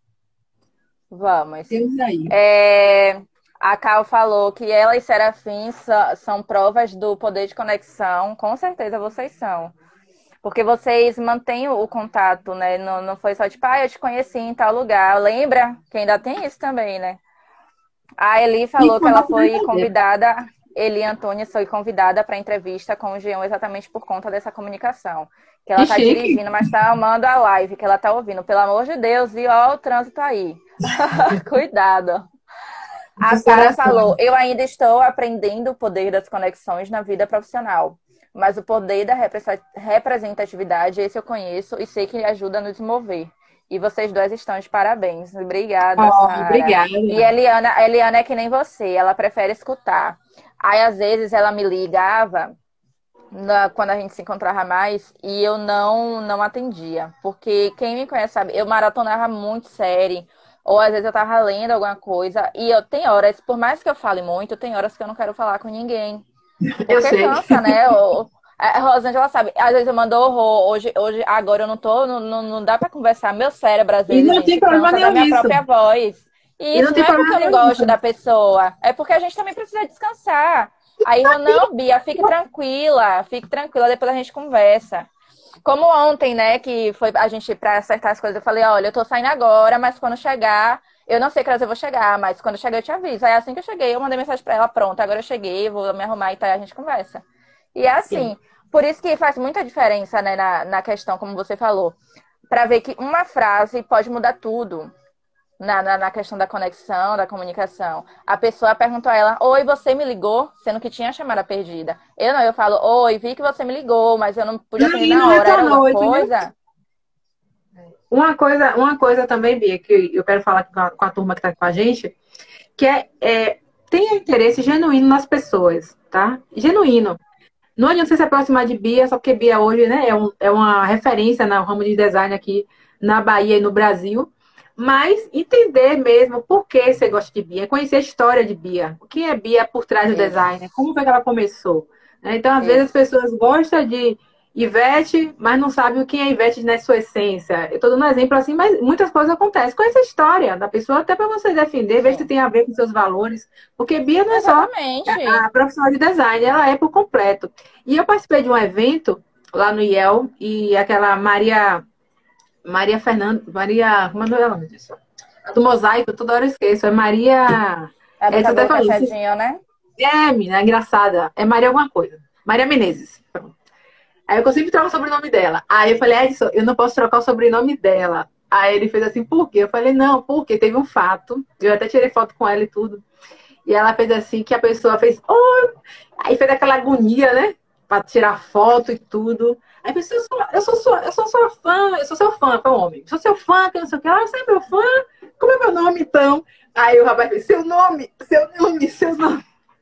Vamos. Temos aí. É, a Cal falou que ela e Serafim são provas do poder de conexão. Com certeza vocês são. Porque vocês mantêm o contato, né? Não, não foi só tipo, ah, eu te conheci em tal lugar. Lembra? Que ainda tem isso também, né? A Eli falou que ela foi convidada, Eli Antônia foi convidada para entrevista com o G um exatamente por conta dessa comunicação. Que ela tá dirigindo, mas tá amando a live, que ela tá ouvindo. Pelo amor de Deus, viu? Ó, o trânsito aí. Cuidado. A Sara falou, eu ainda estou aprendendo o poder das conexões na vida profissional. Mas o poder da representatividade, esse eu conheço e sei que ajuda a nos mover. E vocês dois estão de parabéns. Obrigada, oh, Sara. Obrigada. E a Eliana, a Eliana é que nem você, ela prefere escutar. Aí, às vezes, ela me ligava na, quando a gente se encontrava mais e eu não, não atendia. Porque quem me conhece sabe, eu maratonava muito série. Ou às vezes eu tava lendo alguma coisa. E eu tem horas, por mais que eu fale muito, tem horas que eu não quero falar com ninguém. Porque eu sei. cansa, né? O, a Rosângela sabe, às vezes eu mando horror, hoje, hoje, agora eu não tô, não, não, não dá pra conversar. Meu cérebro, às vezes, e não gente, tem problema cansa da minha isso. própria voz. E, e isso não, não é porque eu não gosto isso. da pessoa, é porque a gente também precisa descansar. Aí eu, não, Bia, fique tranquila, fique tranquila, depois a gente conversa. Como ontem, né, que foi a gente, pra acertar as coisas, eu falei, olha, eu tô saindo agora, mas quando chegar, eu não sei que horas eu vou chegar, mas quando eu chegar eu te aviso. Aí assim que eu cheguei, eu mandei mensagem pra ela, pronto, agora eu cheguei, vou me arrumar e tá, a gente conversa. E é assim, Sim. Por isso que faz muita diferença, né, na, na questão, como você falou, pra ver que uma frase pode mudar tudo na, na, na questão da conexão, da comunicação. A pessoa perguntou a ela, oi, você me ligou? Sendo que tinha a chamada perdida. Eu não, eu falo, oi, vi que você me ligou, mas eu não podia atender na hora, era alguma coisa... Uma coisa, uma coisa também, Bia, que eu quero falar com a, com a turma que está com a gente, que é, é tenha interesse genuíno nas pessoas, tá? Genuíno. Não adianta você se aproximar de Bia, só porque Bia hoje, né, é, um, é uma referência no ramo de design aqui na Bahia e no Brasil, mas entender mesmo por que você gosta de Bia, conhecer a história de Bia, o que é Bia por trás do design, como foi que ela começou. Né? Então, às Isso. vezes, as pessoas gostam de Ivete, mas não sabe o que é Ivete na sua essência. Eu estou dando um exemplo assim, mas muitas coisas acontecem com essa história da pessoa, até para você defender, ver se tem a ver com seus valores. Porque Bia não é Exatamente. só a, a profissional de design, ela é por completo. E eu participei de um evento lá no I E L, e aquela Maria, Maria Fernanda, Maria, como é ela, meu Deus? Do Mosaico, toda hora eu esqueço, é Maria... É do cabelo fechadinho, né? É, menina, é engraçada. É Maria alguma coisa. Maria Menezes, pronto. Aí eu sempre troco o sobrenome dela. Aí eu falei, Edson, eu não posso trocar o sobrenome dela. Aí ele fez assim, por quê? Eu falei, não, porque teve um fato. Eu até tirei foto com ela e tudo. E ela fez assim, que a pessoa fez, oh! Aí fez aquela agonia, né? Pra tirar foto e tudo. Aí eu pensei, eu sou, eu sou, sua, eu sou sua fã, eu sou seu fã, foi um homem. Eu sou seu fã, que não sei o que. Ah, você é meu fã? Como é meu nome, então? Aí o rapaz fez, seu nome, seu nome, seu nome.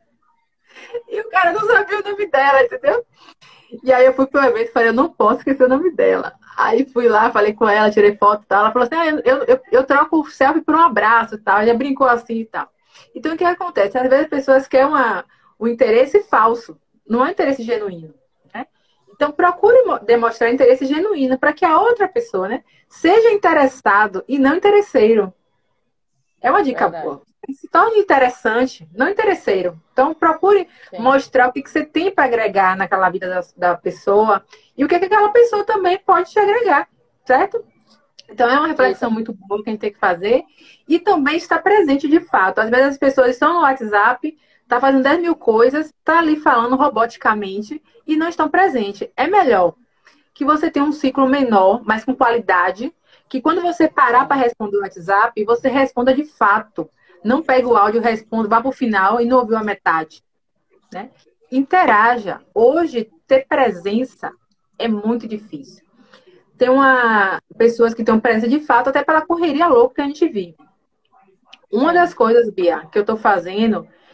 E o cara não sabia o nome dela, entendeu? E aí eu fui pro evento e falei, eu não posso esquecer o nome dela. Aí fui lá, falei com ela, tirei foto e tal. Ela falou assim, ah, eu, eu, eu troco o selfie por um abraço e tal. Já brincou assim e tal. Então o que acontece? Às vezes as pessoas querem uma, um interesse falso, não é um interesse genuíno. Né? Então procure demonstrar interesse genuíno para que a outra pessoa, né, seja interessado e não interesseiro. É uma dica Verdade. boa. Se torne interessante, não interesseiro. Então, procure Sim. mostrar o que, que você tem para agregar naquela vida da, da pessoa e o que, que aquela pessoa também pode te agregar, certo? Então, é uma reflexão Sim. muito boa que a gente tem que fazer e também estar presente de fato. Às vezes as pessoas estão no WhatsApp, tá fazendo dez mil coisas, tá ali falando roboticamente e não estão presentes. É melhor que você tenha um ciclo menor, mas com qualidade, que quando você parar para responder o WhatsApp, você responda de fato. Não pega o áudio, responda, vá para o final e não ouviu a metade. Né? Interaja. Hoje, ter presença é muito difícil. Tem uma, pessoas que têm presença de fato, até pela correria louca que a gente vive. Uma das coisas, Bia, que eu estou fazendo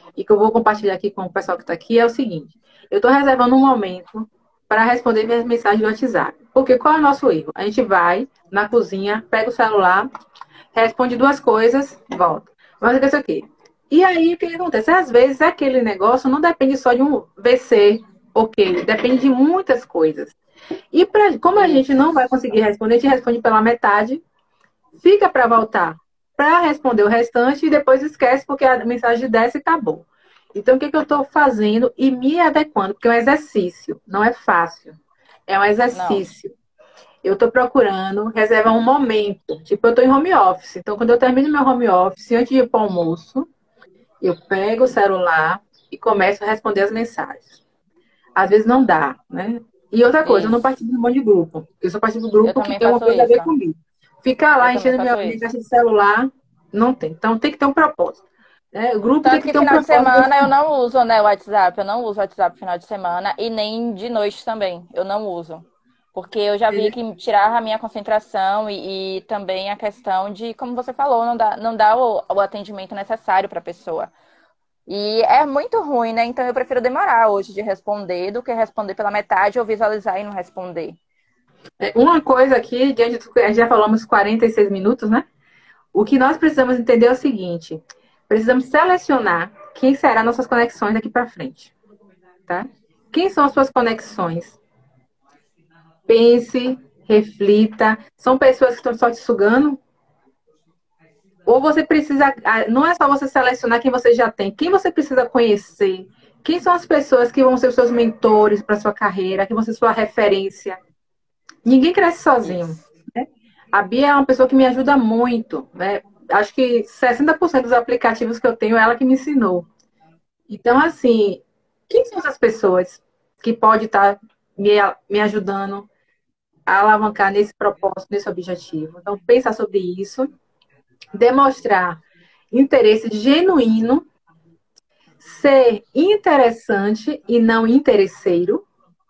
e que eu vou compartilhar aqui com o pessoal que está aqui, é o seguinte. Eu estou reservando um momento para responder minhas mensagens do WhatsApp. Porque qual é o nosso erro? A gente vai na cozinha, pega o celular, responde duas coisas, volta. Mas eu penso aqui. E aí, o que acontece? Às vezes, aquele negócio não depende só de um V C, ok, depende de muitas coisas. E pra, como a gente não vai conseguir responder, a gente responde pela metade, fica para voltar para responder o restante e depois esquece porque a mensagem desce e acabou. Então, o que, que eu estou fazendo e me adequando? Porque é um exercício, não é fácil. É um exercício. Não. Eu estou procurando reservar um momento. Tipo, eu estou em home office. Então, quando eu termino meu home office, antes de ir para o almoço, eu pego o celular e começo a responder as mensagens. Às vezes não dá, né? E outra coisa, isso. Eu não participo de um monte de grupo. Eu só participo do grupo que tem uma coisa isso. a ver comigo. Ficar lá eu enchendo minha, minha caixa de celular, não tem. Então, tem que ter um propósito. Né? O grupo Tanto tem que, que ter um final de propósito. semana eu não uso, né, o WhatsApp. Eu não uso o WhatsApp final de semana e nem de noite também. Eu não uso. Porque eu já vi que tirava a minha concentração e, e também a questão de, como você falou, não dá, não dá o, o atendimento necessário para a pessoa. E é muito ruim, né? Então eu prefiro demorar hoje de responder do que responder pela metade ou visualizar e não responder. Uma coisa aqui, diante do que já falamos quarenta e seis minutos, né? O que nós precisamos entender é o seguinte: precisamos selecionar quem serão nossas conexões daqui para frente, tá? Quem são as suas conexões? Pense, reflita. São pessoas que estão só te sugando? Ou você precisa... Não é só você selecionar quem você já tem. Quem você precisa conhecer? Quem são as pessoas que vão ser os seus mentores para sua carreira? Que vão ser sua referência? Ninguém cresce sozinho. Né? A Bia é uma pessoa que me ajuda muito. Né? Acho que sessenta por cento dos aplicativos que eu tenho, ela que me ensinou. Então, assim, quem são essas pessoas que podem estar me, me ajudando a alavancar nesse propósito, nesse objetivo? Então, pensar sobre isso, demonstrar interesse genuíno, ser interessante e não interesseiro,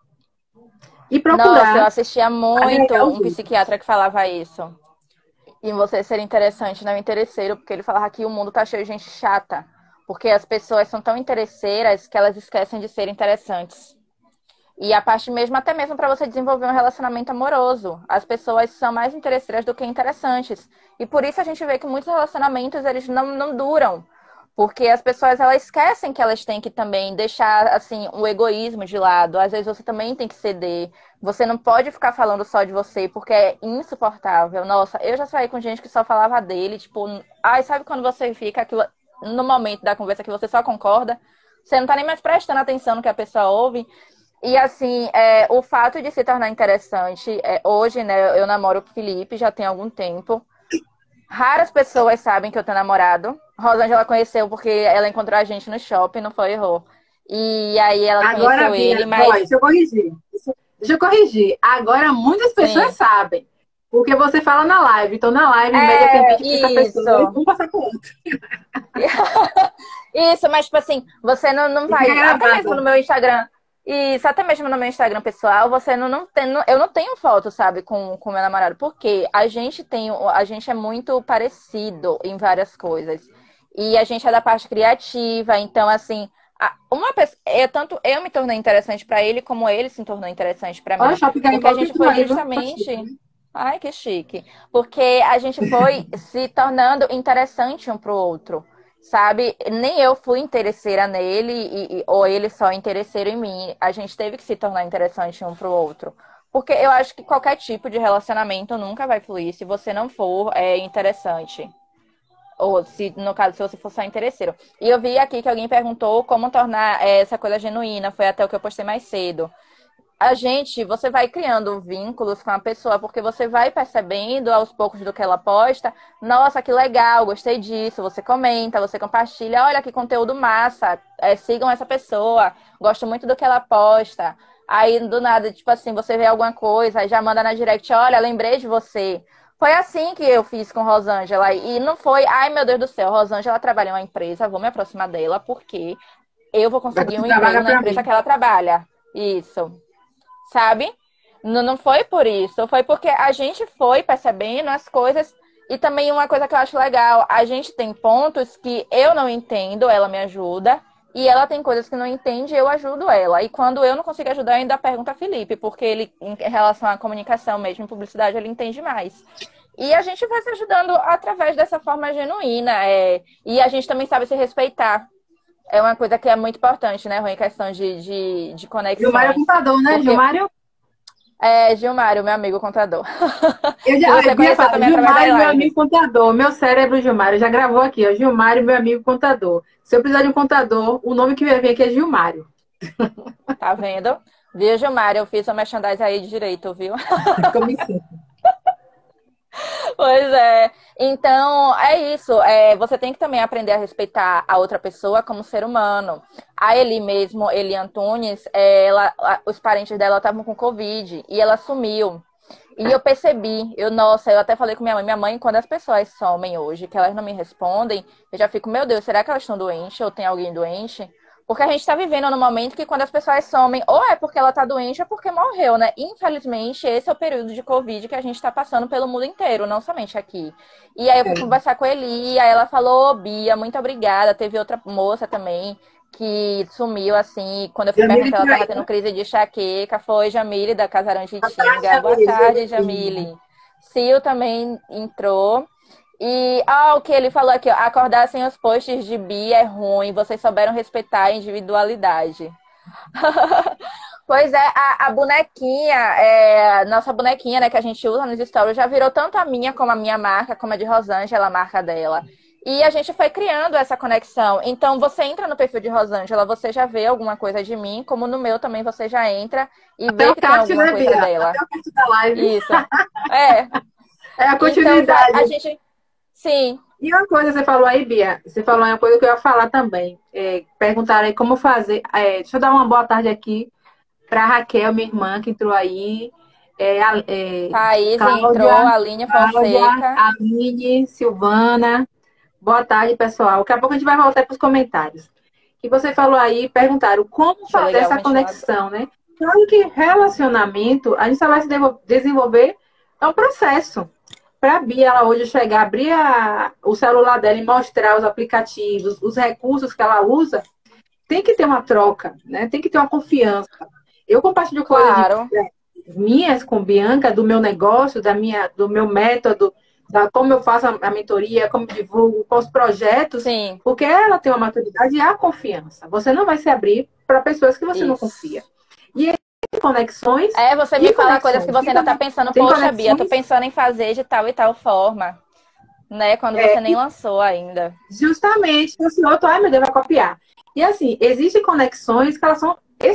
e procurar... Nossa, eu assistia muito um psiquiatra que falava isso. E você ser interessante, não interesseiro, porque ele falava que o mundo tá cheio de gente chata. Porque as pessoas são tão interesseiras que elas esquecem de ser interessantes. E a parte mesmo, até mesmo para você desenvolver um relacionamento amoroso. As pessoas são mais interesseiras do que interessantes. E por isso a gente vê que muitos relacionamentos, eles não, não duram. Porque as pessoas, elas esquecem que elas têm que também deixar, assim, o egoísmo de lado. Às vezes você também tem que ceder. Você não pode ficar falando só de você, porque é insuportável. Nossa, eu já saí com gente que só falava dele, tipo... Ai, sabe quando você fica aquilo, no momento da conversa que você só concorda? Você não tá nem mais prestando atenção no que a pessoa ouve. E, assim, é, o fato de se tornar interessante... É, hoje, né, eu namoro com o Felipe, já tem algum tempo. Raras pessoas sabem que eu tenho namorado. Rosângela conheceu porque ela encontrou a gente no shopping, não foi, errou. E aí ela Agora, conheceu Bia, ele, mas... Ó, deixa eu corrigir. Deixa eu corrigir. Agora, muitas pessoas Sim. sabem. Porque você fala na live. Então, na live, em é, média, tem vinte, trinta pessoas. Um passa por outro. Isso, mas, tipo assim, você não, não vai... Até mesmo no meu Instagram... Isso, até mesmo no meu Instagram pessoal, você não, não tem, eu não tenho foto, sabe, com o meu namorado, porque a gente tem, a gente é muito parecido em várias coisas. E a gente é da parte criativa, então, assim, uma pessoa, é, tanto eu me tornei interessante pra ele, como ele se tornou interessante pra mim. Olha, porque a gente foi justamente... Ai, que chique. Porque a gente foi se tornando interessante um pro outro. Sabe? Nem eu fui interesseira nele, e, e, ou ele só interesseiro em mim. A gente teve que se tornar interessante um pro outro. Porque eu acho que qualquer tipo de relacionamento nunca vai fluir se você não for é, interessante. Ou, se no caso, se você for só interesseiro. E eu vi aqui que alguém perguntou como tornar é, essa coisa genuína. Foi até o que eu postei mais cedo. A gente, você vai criando vínculos com a pessoa, porque você vai percebendo aos poucos do que ela posta. Nossa, que legal, gostei disso. Você comenta, você compartilha. Olha que conteúdo massa. É, sigam essa pessoa. Gosto muito do que ela posta. Aí, do nada, tipo assim, você vê alguma coisa, aí já manda na direct, olha, lembrei de você. Foi assim que eu fiz com Rosângela. E não foi, ai meu Deus do céu, Rosângela trabalha em uma empresa, vou me aproximar dela, porque eu vou conseguir um emprego na empresa que ela trabalha. Isso. Sabe? Não, não foi por isso. Foi porque a gente foi percebendo as coisas. E também uma coisa que eu acho legal. A gente tem pontos que eu não entendo, ela me ajuda. E ela tem coisas que não entende, eu ajudo ela. E quando eu não consigo ajudar, eu ainda pergunto a Felipe, porque ele, em relação à comunicação mesmo, publicidade, ele entende mais. E a gente vai se ajudando através dessa forma genuína. É... E a gente também sabe se respeitar. É uma coisa que é muito importante, né, Rui, em questão de, de, de Gilmário é conexões. contador, né? Porque Gilmário? é Gilmário, meu amigo contador. Eu Que já, você eu ia conheceu falar, também através Gilmário, meu das lives. amigo contador. Meu cérebro, Gilmário, já gravou aqui, ó. Gilmário, meu amigo contador. Se eu precisar de um contador, o nome que vai vir aqui é Gilmário. Tá vendo? Viu, Gilmário? Eu fiz o merchandise aí de direito, viu? Comissão. Pois é. Então, é isso. É, você tem que também aprender a respeitar a outra pessoa como ser humano. A Eli mesmo, Eli Antunes, é, ela, os parentes dela estavam com Covid e ela sumiu. E eu percebi, eu, nossa, eu até falei com minha mãe, minha mãe, quando as pessoas somem hoje, que elas não me respondem, eu já fico, meu Deus, será que elas estão doentes ou tem alguém doente? Porque a gente está vivendo num momento que quando as pessoas somem, ou é porque ela está doente ou porque morreu, né? Infelizmente, esse é o período de Covid que a gente está passando pelo mundo inteiro, não somente aqui. E aí eu fui conversar com a Eli, aí ela falou, Bia, muito obrigada. Teve outra moça também que sumiu, assim, quando eu fui Jamile perguntar, ela estava Piraí. tendo crise de enxaqueca, foi Jamile, da Casarão de Boa tarde, Itinga. Boa Jamile. tarde, Seja Jamile. Sil também entrou. E ah, o que ele falou aqui, ó, acordar sem os posts de Bia é ruim, vocês souberam respeitar a individualidade. Pois é, a, a bonequinha, é, nossa bonequinha, né, que a gente usa nos stories, já virou tanto a minha como a minha marca, como a de Rosângela, a marca dela. E a gente foi criando essa conexão. Então, você entra no perfil de Rosângela, você já vê alguma coisa de mim, como no meu também você já entra e Até vê o que tem cast, alguma né, coisa Bia? dela. Até o cast da live. Isso. É. É a Então, vai- continuidade. a gente... Sim. E uma coisa que você falou aí, Bia, você falou uma coisa que eu ia falar também. É, perguntaram aí como fazer. É, deixa eu dar uma boa tarde aqui para Raquel, minha irmã, que entrou aí. É, a- é, Thaís entrou, Cláudia, Aline Cláudia, Fonseca. Aline, Silvana. Boa tarde, pessoal. Daqui a pouco a gente vai voltar para os comentários. Que você falou aí, perguntaram como Deixa eu fazer ligar o essa ventilador. conexão, né? Claro que relacionamento, a gente só vai se devo- desenvolver, é um processo. Para a Bia, ela hoje chegar, abrir a- o celular dela e mostrar os aplicativos, os recursos que ela usa, tem que ter uma troca, né? Tem que ter uma confiança. Eu compartilho coisas de, Claro. é, minhas com Bianca, do meu negócio, da minha, do meu método, da como eu faço a, a mentoria, como divulgo, com os projetos, Sim, porque ela tem uma maturidade e a confiança. Você não vai se abrir para pessoas que você não confia. isso. E tem conexões É, você e me fala coisas que conexões. você Tem, ainda tá conex- pensando, tem poxa, Bia, tô conexões pensando em fazer de tal e tal forma, né? Quando é, você nem lançou ainda. justamente, esse outro, ai meu Deus, vai copiar. E assim, existem conexões que elas são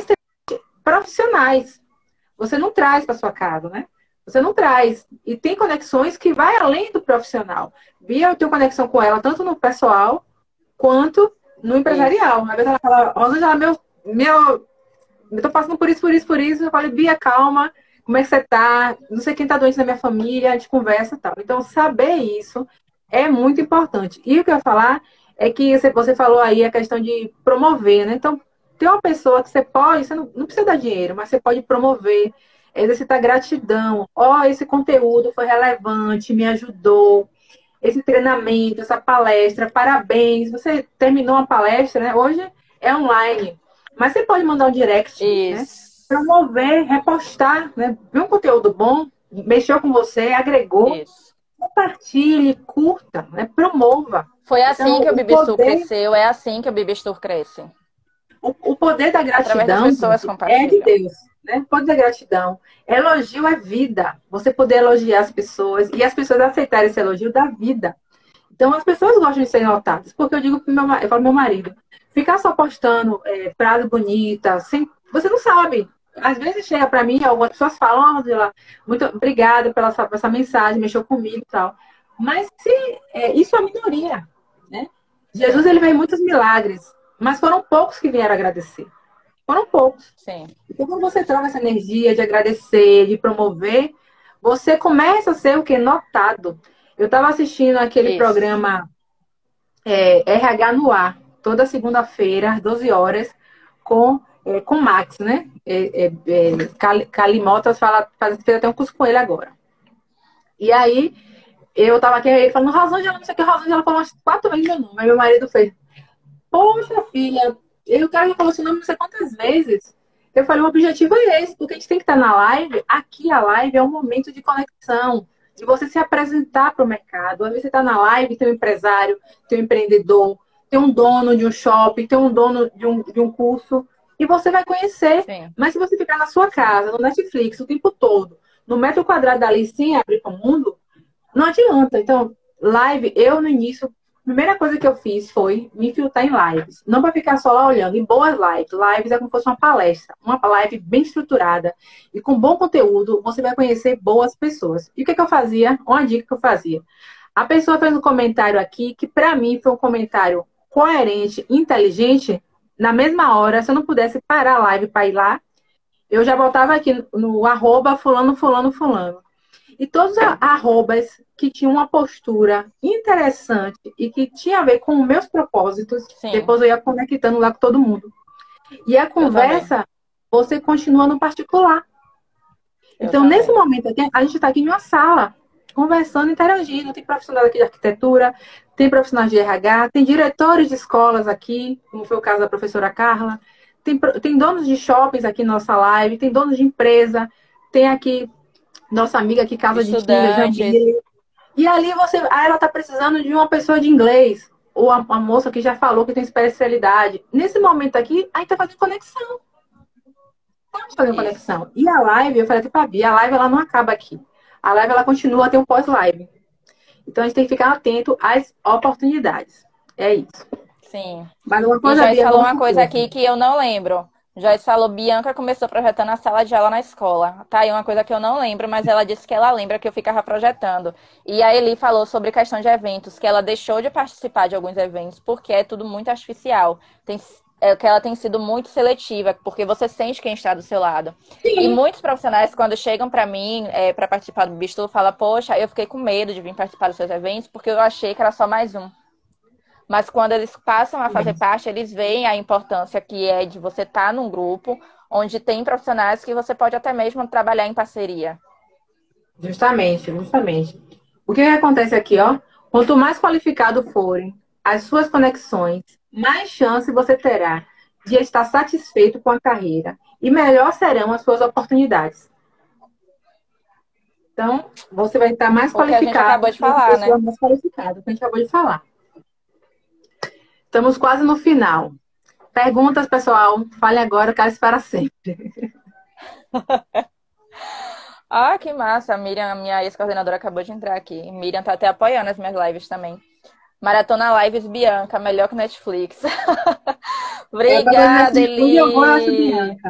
profissionais. Você não traz para sua casa, né? Você não traz. E tem conexões que vai além do profissional. Bia, eu tenho conexão com ela, tanto no pessoal quanto no Isso. empresarial. Uma vez ela fala, Rosângela, meu, meu, eu tô passando por isso, por isso, por isso. Eu falei, Bia, calma, como é que você tá? Não sei quem tá doente na minha família, a gente conversa e tal. Então, saber isso é muito importante. E o que eu ia falar é que você falou aí a questão de promover, né? Então, tem uma pessoa que você pode, você não, não precisa dar dinheiro, mas você pode promover, exercitar gratidão. Ó, oh, esse conteúdo foi relevante, me ajudou. Esse treinamento, essa palestra, parabéns. Você terminou uma palestra, né? Hoje é online, mas você pode mandar um direct, né? Isso. Promover, repostar, né? Ver um conteúdo bom, mexeu com você, agregou, Isso. compartilhe, curta, né? Promova. Foi assim Então, que o o Bibistu poder, cresceu, é assim que o Bibistur cresce. o, o poder da Através das gratidão, pessoas gente, é de compartilham. Deus, né? O poder da gratidão. Elogio é vida. Você poder elogiar as pessoas e as pessoas aceitarem esse elogio da vida. Então, as pessoas gostam de ser notadas, porque eu digo pro meu, eu falo pro meu marido, ficar só postando é, frase bonita, sem, você não sabe. Às vezes chega para mim, algumas pessoas falam, oh, muito obrigada pela sua, essa mensagem, mexeu comigo e tal. Mas se, é, isso é a minoria, né? Jesus, Sim, ele veio em muitos milagres, mas foram poucos que vieram agradecer. Foram poucos. sim. Então, quando você troca essa energia de agradecer, de promover, você começa a ser o quê? Notado. Eu estava assistindo aquele Isso. programa é, R H no ar, toda segunda-feira, às doze horas, com é, com Max, né? É, é, é, Cali, Calimotas fala, faz, fez até um curso com ele agora. E aí, eu estava aqui falando, Rosângela, não sei o que, Rosângela falou umas quatro vezes meu nome. Aí meu marido fez, poxa, filha, E o cara já falou seu nome não sei quantas vezes. Eu falei, o objetivo é esse, porque a gente tem que estar na live. Aqui a live é um momento de conexão, de você se apresentar para o mercado. Às vezes você está na live, tem um empresário, tem um empreendedor, tem um dono de um shopping, tem um dono de um, de um curso, e você vai conhecer. Sim. Mas se você ficar na sua casa, no Netflix, o tempo todo, no metro quadrado dali, sem abrir para o mundo, não adianta. Então, live, eu no início, a primeira coisa que eu fiz foi me filtrar em lives. Não para ficar só lá olhando, em boas lives. Lives é como se fosse uma palestra. Uma live bem estruturada e com bom conteúdo, você vai conhecer boas pessoas. E o que, que eu fazia? Uma dica que eu fazia. A pessoa fez um comentário aqui que, para mim, foi um comentário coerente, inteligente. Na mesma hora, se eu não pudesse parar a live para ir lá, eu já botava aqui no, no arroba fulano, fulano, fulano. E todos os arrobas que tinham uma postura interessante e que tinha a ver com os meus propósitos, Sim. depois eu ia conectando lá com todo mundo. E a conversa, você continua no particular. Eu então, também. nesse momento aqui, a gente está aqui em uma sala, conversando, interagindo. Tem profissionais aqui de arquitetura, tem profissionais de R H, tem diretores de escolas aqui, como foi o caso da professora Carla, tem, tem donos de shoppings aqui na nossa live, tem donos de empresa, tem aqui nossa amiga aqui, Casa de Tinga, Jamile. E ali você. Ah, ela tá precisando de uma pessoa de inglês. Ou a, a moça que já falou que tem especialidade. Nesse momento aqui, a gente tá fazendo conexão. Estamos fazendo Isso. conexão. E a live, eu falei até pra Bia, a live ela não acaba aqui. A live ela continua a ter um pós-live. Então a gente tem que ficar atento às oportunidades. É isso. Sim. Mas uma coisa, e Joyce Bia, falou uma coisa aqui que eu não lembro. Joyce falou, Bianca começou projetando a sala de aula na escola. Tá aí uma coisa que eu não lembro, mas ela disse que ela lembra que eu ficava projetando. E a Eli falou sobre questão de eventos, que ela deixou de participar de alguns eventos porque é tudo muito artificial. Tem, é, que ela tem sido muito seletiva, porque você sente quem está do seu lado. Sim. E muitos profissionais, quando chegam para mim, é, para participar do Bistro, falam, poxa, eu fiquei com medo de vir participar dos seus eventos porque eu achei que era só mais um. Mas quando eles passam a fazer parte, eles veem a importância que é de você estar num grupo onde tem profissionais que você pode até mesmo trabalhar em parceria. Justamente, justamente. O que acontece aqui, ó? Quanto mais qualificado forem as suas conexões, mais chance você terá de estar satisfeito com a carreira e melhor serão as suas oportunidades. Então, você vai estar mais Porque qualificado. A gente acabou de falar, né? Mais qualificado, que a gente acabou de falar. Estamos quase no final. Perguntas, pessoal. Fale agora, cale para sempre. Ah, que massa. A Miriam, a minha ex-coordenadora, acabou de entrar aqui. Miriam tá até apoiando as minhas lives também. Maratona Lives Bianca, melhor que Netflix. Obrigada, Eli. Eu gosto, Bianca.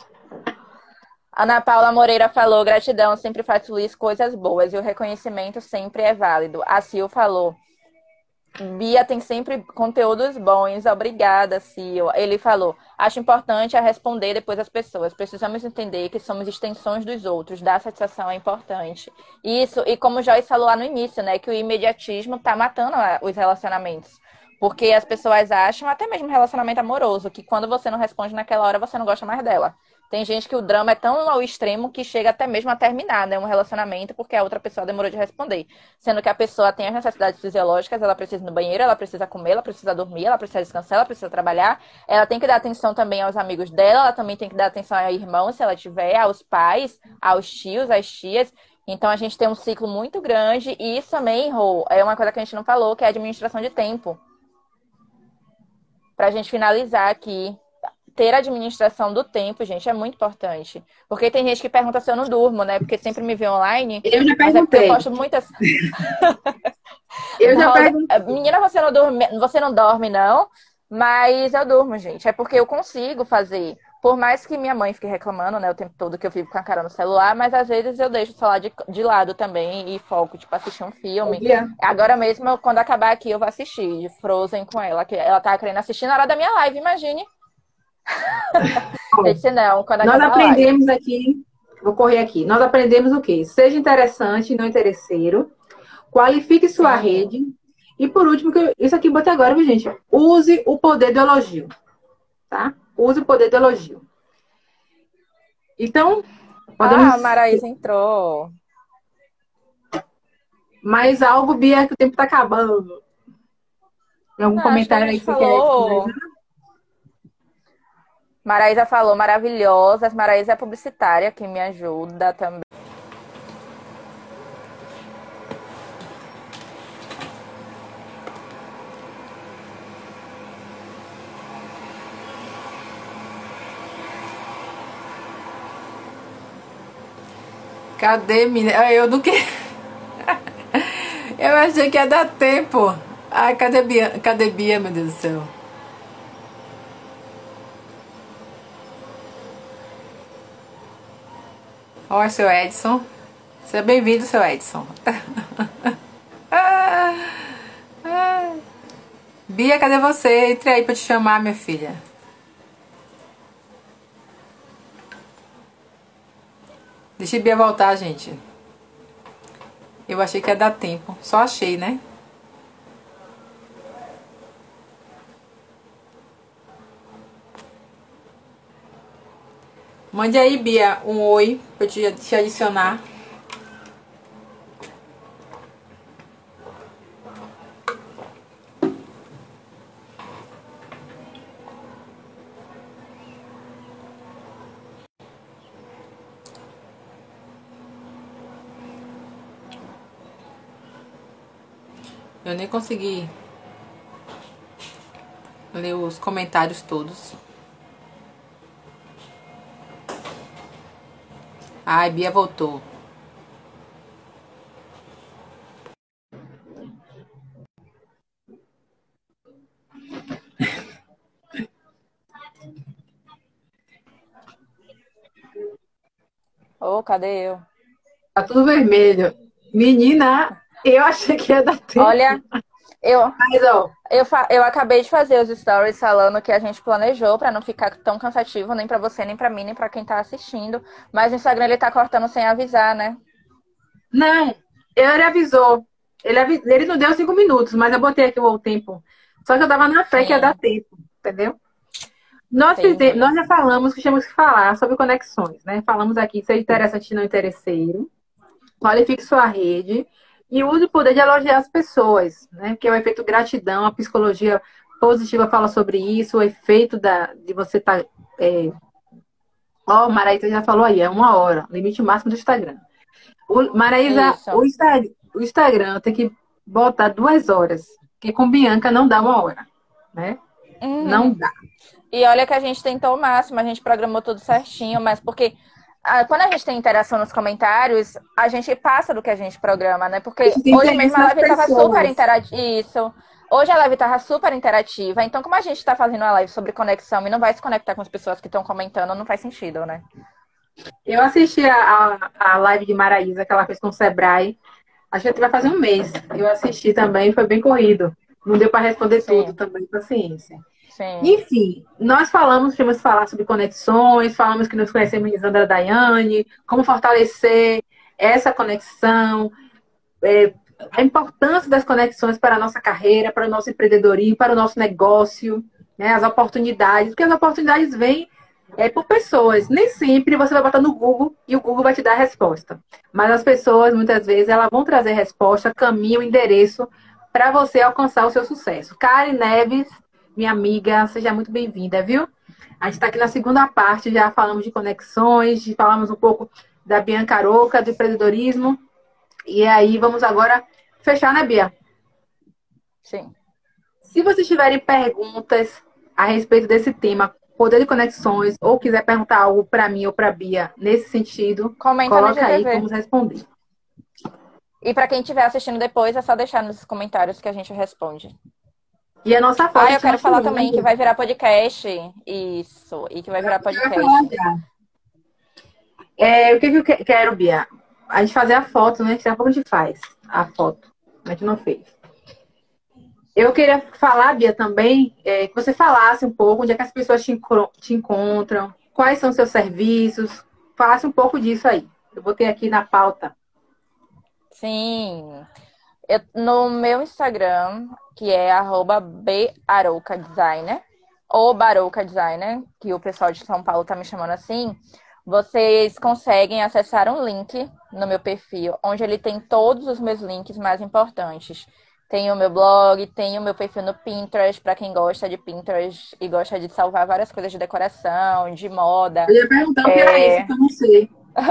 Ana Paula Moreira falou, gratidão, sempre faz feliz coisas boas e o reconhecimento sempre é válido. A Sil falou, Bia tem sempre conteúdos bons, obrigada, Sil. Ele falou, acho importante é responder depois às pessoas. Precisamos entender que somos extensões dos outros, dar satisfação é importante. Isso, e como o Joyce falou lá no início, né, que o imediatismo tá matando os relacionamentos. Porque as pessoas acham, até mesmo relacionamento amoroso, que quando você não responde naquela hora, você não gosta mais dela. Tem gente que o drama é tão ao extremo que chega até mesmo a terminar, né, um relacionamento porque a outra pessoa demorou de responder. Sendo que a pessoa tem as necessidades fisiológicas, ela precisa ir no banheiro, ela precisa comer, ela precisa dormir, ela precisa descansar, ela precisa trabalhar. Ela tem que dar atenção também aos amigos dela, ela também tem que dar atenção ao irmão, se ela tiver, aos pais, aos tios, às tias. Então a gente tem um ciclo muito grande e isso também, Rô, é uma coisa que a gente não falou, que é a administração de tempo. Pra gente finalizar aqui. Ter a administração do tempo, gente, é muito importante. Porque tem gente que pergunta se eu não durmo, né? Porque sempre me vê online. Eu já mas perguntei. É eu posto muitas... eu já perguntei. Menina, você não, dorme... você não dorme, não? Mas eu durmo, gente. É porque eu consigo fazer. Por mais que minha mãe fique reclamando, né? O tempo todo que eu fico com a cara no celular. Mas às vezes eu deixo o celular de, de lado também. E foco, tipo, assistir um filme. Yeah. Agora mesmo, quando acabar aqui, eu vou assistir Frozen com ela. Que ela tá querendo assistir na hora da minha live, imagine. Eu disse, não, quando nós aprendemos aqui, vou correr aqui, nós aprendemos o quê? Seja interessante e não interesseiro, qualifique sua Sim. rede e por último, que isso aqui botei agora, viu, gente? Use o poder do elogio, tá? Use o poder do elogio. Então, podemos... Ah, a Maraísa entrou. Mais algo, Bia, que o tempo tá acabando. Tem algum ah, comentário que aí que falou... você quer? Maraísa falou, maravilhosas. Maraísa é publicitária, que me ajuda também. Cadê, menina? Eu não queria. Eu achei que ia dar tempo. Ai, cadê Bia? Cadê Bia, meu Deus do céu? Ó, seu Edson. Seja bem-vindo, seu Edson. Ah, ah. Bia, cadê você? Entre aí pra te chamar, minha filha. Deixa a Bia voltar, gente. Eu achei que ia dar tempo. Só achei, né? Mande aí, Bia, um oi pra eu te, te adicionar. Eu nem consegui ler os comentários todos. Ai, Bia voltou. Ô, cadê eu? Tá tudo vermelho. Menina, eu achei que ia dar tempo. Olha, eu, Mas, ó, eu, fa- eu acabei de fazer os stories falando que a gente planejou pra não ficar tão cansativo nem pra você, nem pra mim, nem pra quem tá assistindo. Mas o Instagram ele tá cortando sem avisar, né? não, ele avisou. Ele, avi- ele não deu cinco minutos, mas eu botei aqui o tempo. Só que eu tava na fé que ia dar Sim, tempo, entendeu? Nós, fizemos, entendi. nós já falamos que tínhamos que falar sobre conexões, né? Falamos aqui se é interessante e não interesseiro. Qualifique sua rede e use o poder de elogiar as pessoas, né? Que é o efeito gratidão, a psicologia positiva fala sobre isso, o efeito da, de você estar. Tá, é... Ó, oh, Maraísa já falou aí, é uma hora, limite máximo do Instagram. O, Maraísa, o, Isso. Insta, o Instagram tem que botar duas horas, porque com Bianca não dá uma hora, né? Não Uhum. dá. E olha que a gente tentou o máximo, a gente programou tudo certinho, mas porque ah, quando a gente tem interação nos comentários, a gente passa do que a gente programa, né? A Porque gente tem hoje mesmo interesse a nas live estava super pessoas. interativa. Isso. Hoje a live estava super interativa. Então, como a gente está fazendo uma live sobre conexão e não vai se conectar com as pessoas que estão comentando, não faz sentido, né? Eu assisti a, a, a live de Maraísa que ela fez com o Sebrae. Acho que vai fazer um mês. Eu assisti também, foi bem corrido. Não deu para responder tudo Sim, também, paciência. sim. Enfim, nós falamos, tínhamos que falar sobre conexões, falamos que nos conhecemos em Lisandra Daiane, como fortalecer essa conexão, é, a importância das conexões para a nossa carreira, para o nosso empreendedorismo, para o nosso negócio, né, as oportunidades, porque as oportunidades vêm é, por pessoas. Nem sempre você vai botar no Google e o Google vai te dar a resposta. Mas as pessoas, muitas vezes, elas vão trazer resposta, caminho, endereço para você alcançar o seu sucesso. Karen Neves, minha amiga, seja muito bem-vinda, viu? A gente está aqui na segunda parte, já falamos de conexões, falamos um pouco da Bianca Aroca, do empreendedorismo. E aí, vamos agora fechar, né, Bia? Sim. Se vocês tiverem perguntas a respeito desse tema, poder de conexões, ou quiser perguntar algo para mim ou para Bia nesse sentido, Comenta no coloca aí que G T V. vamos responder. E para quem estiver assistindo depois, é só deixar nos comentários que a gente responde. E a nossa foto, a Ah, eu gente não quero tirou, falar né, também que Bia? vai virar podcast. Isso. E que vai virar Eu ia falar podcast. já. É, o que, que eu que- quero, Bia? A gente fazer a foto, né? Daqui a pouco a gente faz a foto. A gente não fez. Eu queria falar, Bia, também, é, que você falasse um pouco onde é que as pessoas te, encro- te encontram, quais são os seus serviços, falasse um pouco disso aí. Eu botei aqui na pauta. Sim. Eu, no meu Instagram, que é arroba baroucadesigner, ou Barouca Designer, que o pessoal de São Paulo tá me chamando assim, vocês conseguem acessar um link no meu perfil, onde ele tem todos os meus links mais importantes. Tem o meu blog, tem o meu perfil no Pinterest, para quem gosta de Pinterest e gosta de salvar várias coisas de decoração, de moda. Eu ia perguntar o que era isso, É... que eu não sei.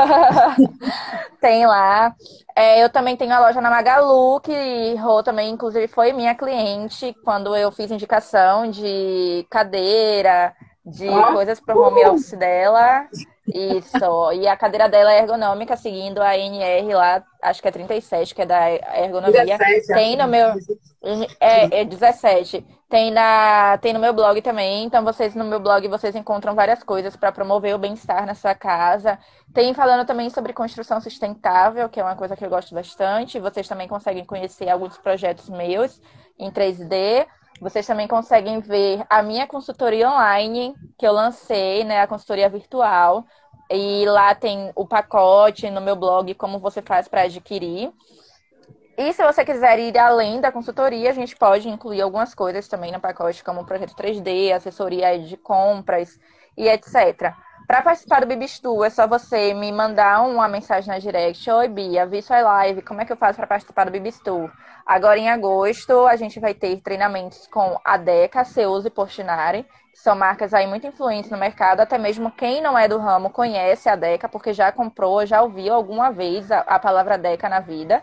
Tem lá. É, eu também tenho a loja na Magalu, que Rô também, inclusive, foi minha cliente quando eu fiz indicação de cadeira, de Ó, coisas para o home uh, office dela. Isso. E a cadeira dela é ergonômica, seguindo a N R lá, acho que é trinta e sete, que é da ergonomia. dezessete, acho Tem que no meu. É, é dezessete. Tem, na, tem no meu blog também. Então, vocês no meu blog vocês encontram várias coisas para promover o bem-estar na sua casa. Tem falando também sobre construção sustentável, que é uma coisa que eu gosto bastante. Vocês também conseguem conhecer alguns projetos meus em três D. Vocês também conseguem ver a minha consultoria online, que eu lancei, né, a consultoria virtual. E lá tem o pacote no meu blog, como você faz para adquirir. E se você quiser ir além da consultoria, a gente pode incluir algumas coisas também no pacote, como projeto três D, assessoria de compras e etcétera. Para participar do Bibistu, é só você me mandar uma mensagem na direct. Oi, Bia, vi sua live, como é que eu faço para participar do Bibistu? Agora, em agosto, a gente vai ter treinamentos com a Deca, Ceusa e Portinari. São marcas aí muito influentes no mercado. Até mesmo quem não é do ramo conhece a Deca, porque já comprou, já ouviu alguma vez a, a palavra Deca na vida.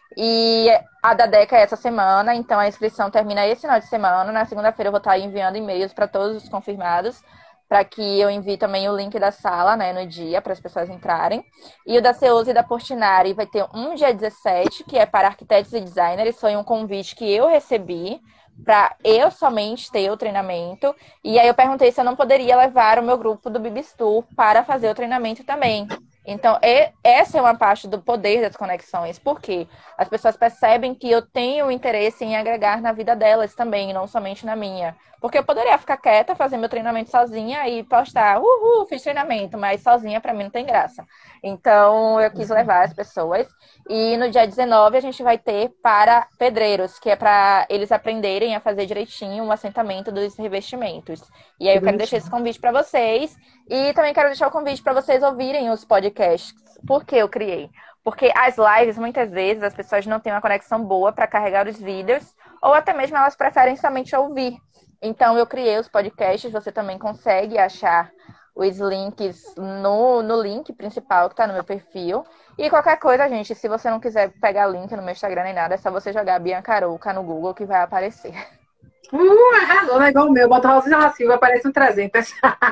E a da Deca é essa semana, então a inscrição termina esse final de semana. Na segunda-feira eu vou estar enviando e-mails para todos os confirmados, para que eu envie também o link da sala, né, no dia, para as pessoas entrarem. E o da Ceusa e da Portinari vai ter um dia dezessete, que é para arquitetos e designers. Foi um convite que eu recebi para eu somente ter o treinamento. E aí eu perguntei se eu não poderia levar o meu grupo do Bibistu para fazer o treinamento também. Então, essa é uma parte do poder das conexões, porque as pessoas percebem que eu tenho interesse em agregar na vida delas também, não somente na minha. Porque eu poderia ficar quieta, fazer meu treinamento sozinha e postar, uhul, fiz treinamento, mas sozinha pra mim não tem graça. Então, eu quis levar as pessoas. E no dia dezenove a gente vai ter para pedreiros, que é para eles aprenderem a fazer direitinho o assentamento dos revestimentos. E aí eu quero deixar esse convite para vocês. E também quero deixar o convite para vocês ouvirem os podcasts. Por que eu criei? Porque as lives, muitas vezes, as pessoas não têm uma conexão boa para carregar os vídeos, ou até mesmo elas preferem somente ouvir. Então, eu criei os podcasts, você também consegue achar os links no, no link principal que está no meu perfil. E qualquer coisa, gente, se você não quiser pegar link no meu Instagram nem nada, é só você jogar Bianca Arouca no Google que vai aparecer. Uh, arrasou, não é igual o meu. Bota Rosana Silva, aparece um trezentos.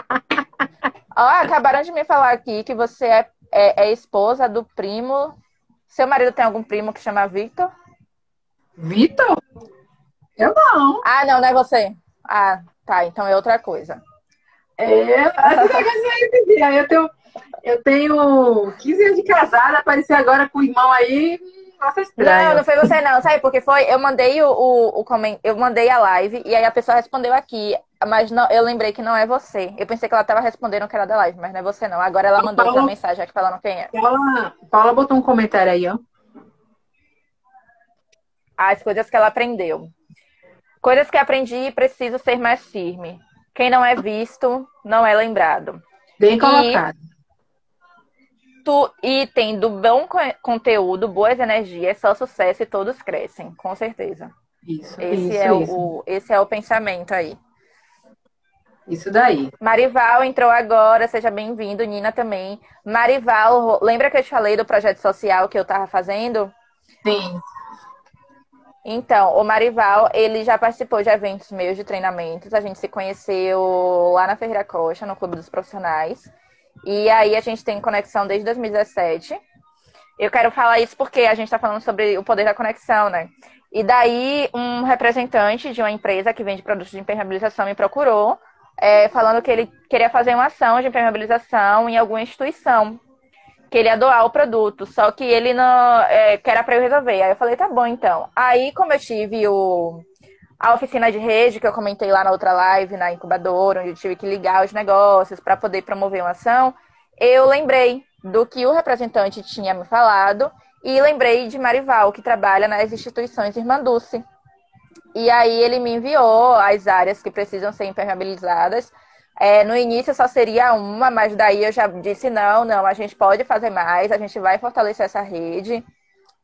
Ó, acabaram de me falar aqui que você é, é, é esposa do primo. Seu marido tem algum primo que chama Victor? Vitor? Eu não. Ah, não, não é você. Ah, tá, então é outra coisa. É, essa negócio aí, aí eu tenho, eu tenho quinze anos de casada, aparecer agora com o irmão aí, nossa, estranho. Não, não foi você não, sabe porque foi? Eu mandei o, o, o coment... eu mandei a live e aí a pessoa respondeu aqui, mas não, eu lembrei que não é você. Eu pensei que ela tava respondendo que era da live, mas não é você não. Agora ela mandou Paula, outra mensagem aqui falando quem é. Paula, Paula botou um comentário aí, ó. As coisas que ela aprendeu. Coisas que aprendi e preciso ser mais firme. Quem não é visto, não é lembrado. Bem colocado. E, tu, e tendo bom conteúdo, boas energias, só sucesso e todos crescem, com certeza. Isso, esse isso, é isso. O, esse é o pensamento aí. Isso daí. Marival entrou agora, seja bem-vindo, Nina também. Marival, lembra que eu te falei do projeto social que eu tava fazendo? Sim. Então, o Marival, ele já participou de eventos meus de treinamentos. A gente se conheceu lá na Ferreira Coxa, no Clube dos Profissionais. E aí a gente tem conexão desde dois mil e dezessete. Eu quero falar isso porque a gente está falando sobre o poder da conexão, né? E daí um representante de uma empresa que vende produtos de impermeabilização me procurou, é, falando que ele queria fazer uma ação de impermeabilização em alguma instituição, que ele ia doar o produto, só que ele não, é, que era para eu resolver. Aí eu falei, tá bom, então. Aí, como eu tive o, a oficina de rede, que eu comentei lá na outra live, na incubadora, onde eu tive que ligar os negócios para poder promover uma ação, eu lembrei do que o representante tinha me falado e lembrei de Marival, que trabalha nas instituições Irmã Dulce. E aí ele me enviou as áreas que precisam ser impermeabilizadas. É, no início só seria uma, mas daí eu já disse não, não, a gente pode fazer mais, a gente vai fortalecer essa rede.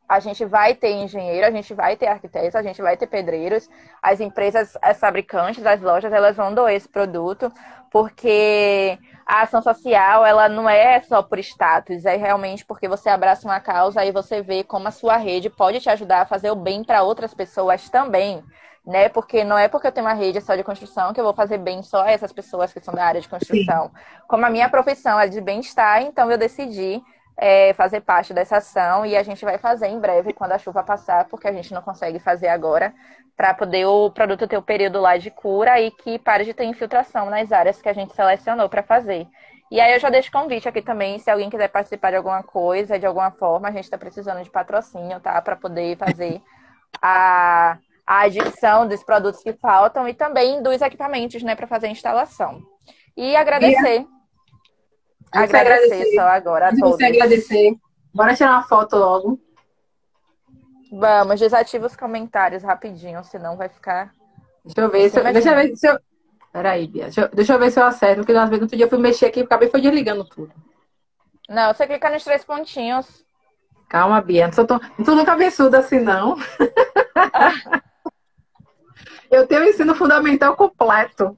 a gente vai ter engenheiro, a gente vai ter arquitetos, a gente vai ter pedreiros, as empresas, as fabricantes, as lojas, elas vão doar esse produto, porque a ação social, ela não é só por status, é realmente porque você abraça uma causa e você vê como a sua rede pode te ajudar a fazer o bem para outras pessoas também, né? Porque não é porque eu tenho uma rede só de construção que eu vou fazer bem só a essas pessoas que são da área de construção. Sim. Como a minha profissão é de bem-estar, então eu decidi É, fazer parte dessa ação e a gente vai fazer em breve, quando a chuva passar, porque a gente não consegue fazer agora, para poder o produto ter o período lá de cura e que pare de ter infiltração nas áreas que a gente selecionou para fazer. E aí eu já deixo convite aqui também, se alguém quiser participar de alguma coisa, de alguma forma, a gente está precisando de patrocínio, tá? Para poder fazer a, a adição dos produtos que faltam e também dos equipamentos, né, para fazer a instalação. E agradecer. Agradecer, agradecer só agora a todos. Você agradecer. Bora tirar uma foto logo. Vamos, desativa os comentários rapidinho, senão vai ficar... Deixa eu ver. Se eu, deixa eu ver se eu... Peraí, Bia. Deixa eu, deixa eu ver se eu acerto, porque às vezes no outro dia eu fui mexer aqui e acabei foi desligando tudo. Não, você clica nos três pontinhos. Calma, Bia. Não sou tão, não sou tão cabeçuda assim, não. Ah. Eu tenho o ensino fundamental completo.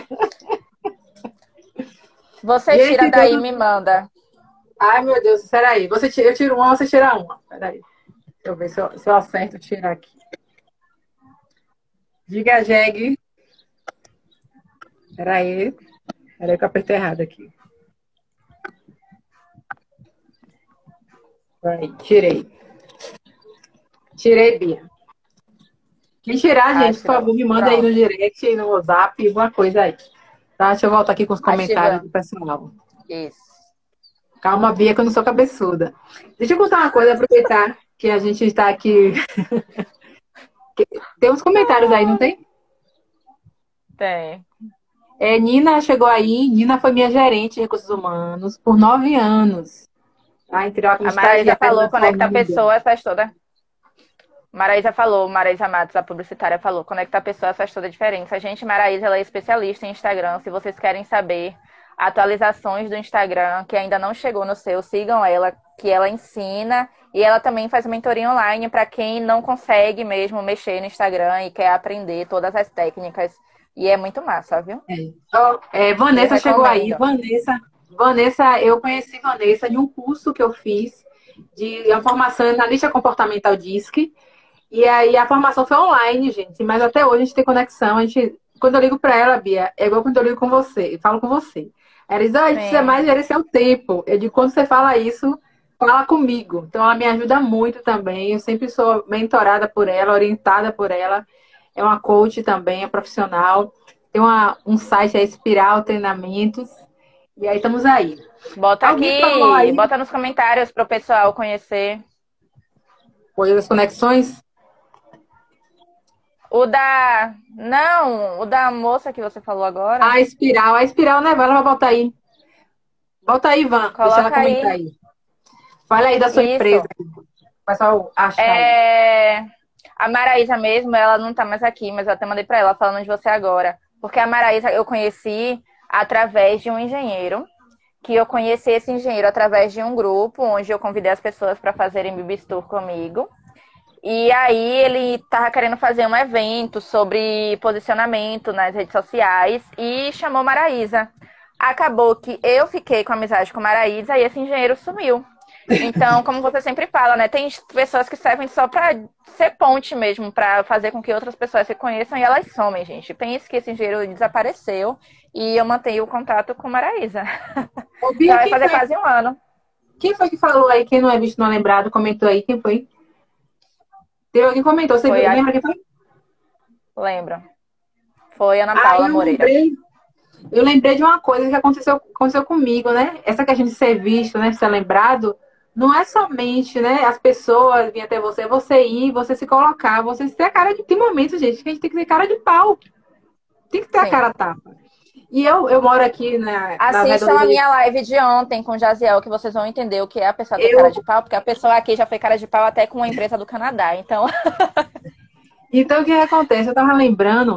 Você e tira daí e me manda. Ai, meu Deus, peraí. Você tira, eu tiro uma, você tira uma. Peraí. Deixa eu ver se eu, se eu acerto tirar aqui. Diga, Jeg. Peraí. Peraí que eu apertei errado aqui. Peraí, tirei. Tirei, Bia. Quem tirar, ah, gente, por favor, me manda Pronto. Aí no direct, aí no WhatsApp, alguma coisa aí. Tá, deixa eu voltar aqui com os comentários Ativando. Do pessoal. Isso. Calma, Bia, que eu não sou cabeçuda. Deixa eu contar uma coisa, aproveitar que a gente está aqui. Tem uns comentários aí, não tem? Tem. É, Nina chegou aí. Nina foi minha gerente de recursos humanos por nove anos. Tá? Entre a Maraísa falou, conecta a pessoa, faz toda... Maraísa falou, Maraísa Matos, a publicitária, falou, conectar pessoas faz toda a diferença. Gente, Maraísa, ela é especialista em Instagram. Se vocês querem saber atualizações do Instagram, que ainda não chegou no seu, sigam ela, que ela ensina. E ela também faz mentoria online para quem não consegue mesmo mexer no Instagram e quer aprender todas as técnicas. E é muito massa, viu? É. Oh, é, Vanessa chegou aí. Vanessa, Vanessa, eu conheci Vanessa de um curso que eu fiz de a formação em analista comportamental D I S C. E aí a formação foi online, gente. Mas até hoje a gente tem conexão. A gente, quando eu ligo pra ela, Bia, é igual quando eu ligo com você. Falo com você. Ela diz, ah, precisa mais gerenciar o tempo. Eu digo, quando você fala isso, fala comigo. Então ela me ajuda muito também. Eu sempre sou mentorada por ela, orientada por ela. É uma coach também, é profissional. Tem uma, um site, é Espiral Treinamentos. E aí estamos aí. Bota Alguém aqui, bota nos comentários para o pessoal conhecer. Foi as conexões? O da... Não, o da moça que você falou agora. A Espiral. A Espiral, né? Ela vai botar aí. Bota aí, Ivan. Coloca Deixa ela comentar aí. aí. Fala aí da sua Isso. empresa. O pessoal achar é... aí. A Maraísa mesmo, ela não tá mais aqui, mas eu até mandei pra ela falando de você agora. Porque a Maraísa eu conheci através de um engenheiro. Que eu conheci esse engenheiro através de um grupo, onde eu convidei as pessoas para fazerem Bibistur comigo. E aí ele tava querendo fazer um evento sobre posicionamento nas redes sociais e chamou Maraísa. Acabou que eu fiquei com amizade com Maraísa e esse engenheiro sumiu. Então, como você sempre fala, né? Tem pessoas que servem só pra ser ponte mesmo, pra fazer com que outras pessoas se conheçam e elas somem, gente. Pense que esse engenheiro desapareceu e eu mantenho o contato com Maraísa. Ô, Bia, já vai fazer foi... quase um ano. Quem foi que falou aí? Quem não é visto, não é lembrado, comentou aí. Quem foi? Teve alguém comentou. Você foi viu? A... Lembra quem foi? Lembro. Foi Ana Paula ah, eu Moreira. Lembrei, eu lembrei de uma coisa que aconteceu, aconteceu comigo, né? Essa questão de ser visto, né? De ser lembrado. Não é somente, né, as pessoas virem até você, você ir, você se colocar, você ter a cara de... Tem momentos, gente, que a gente tem que ter cara de pau. Tem que ter Sim. a cara tapa. E eu, eu moro aqui na... Assistam na a minha live de ontem com o Jaziel, que vocês vão entender o que é a pessoa ter eu... cara de pau, porque a pessoa aqui já foi cara de pau até com uma empresa do Canadá, então... Então, o que acontece? Eu tava lembrando,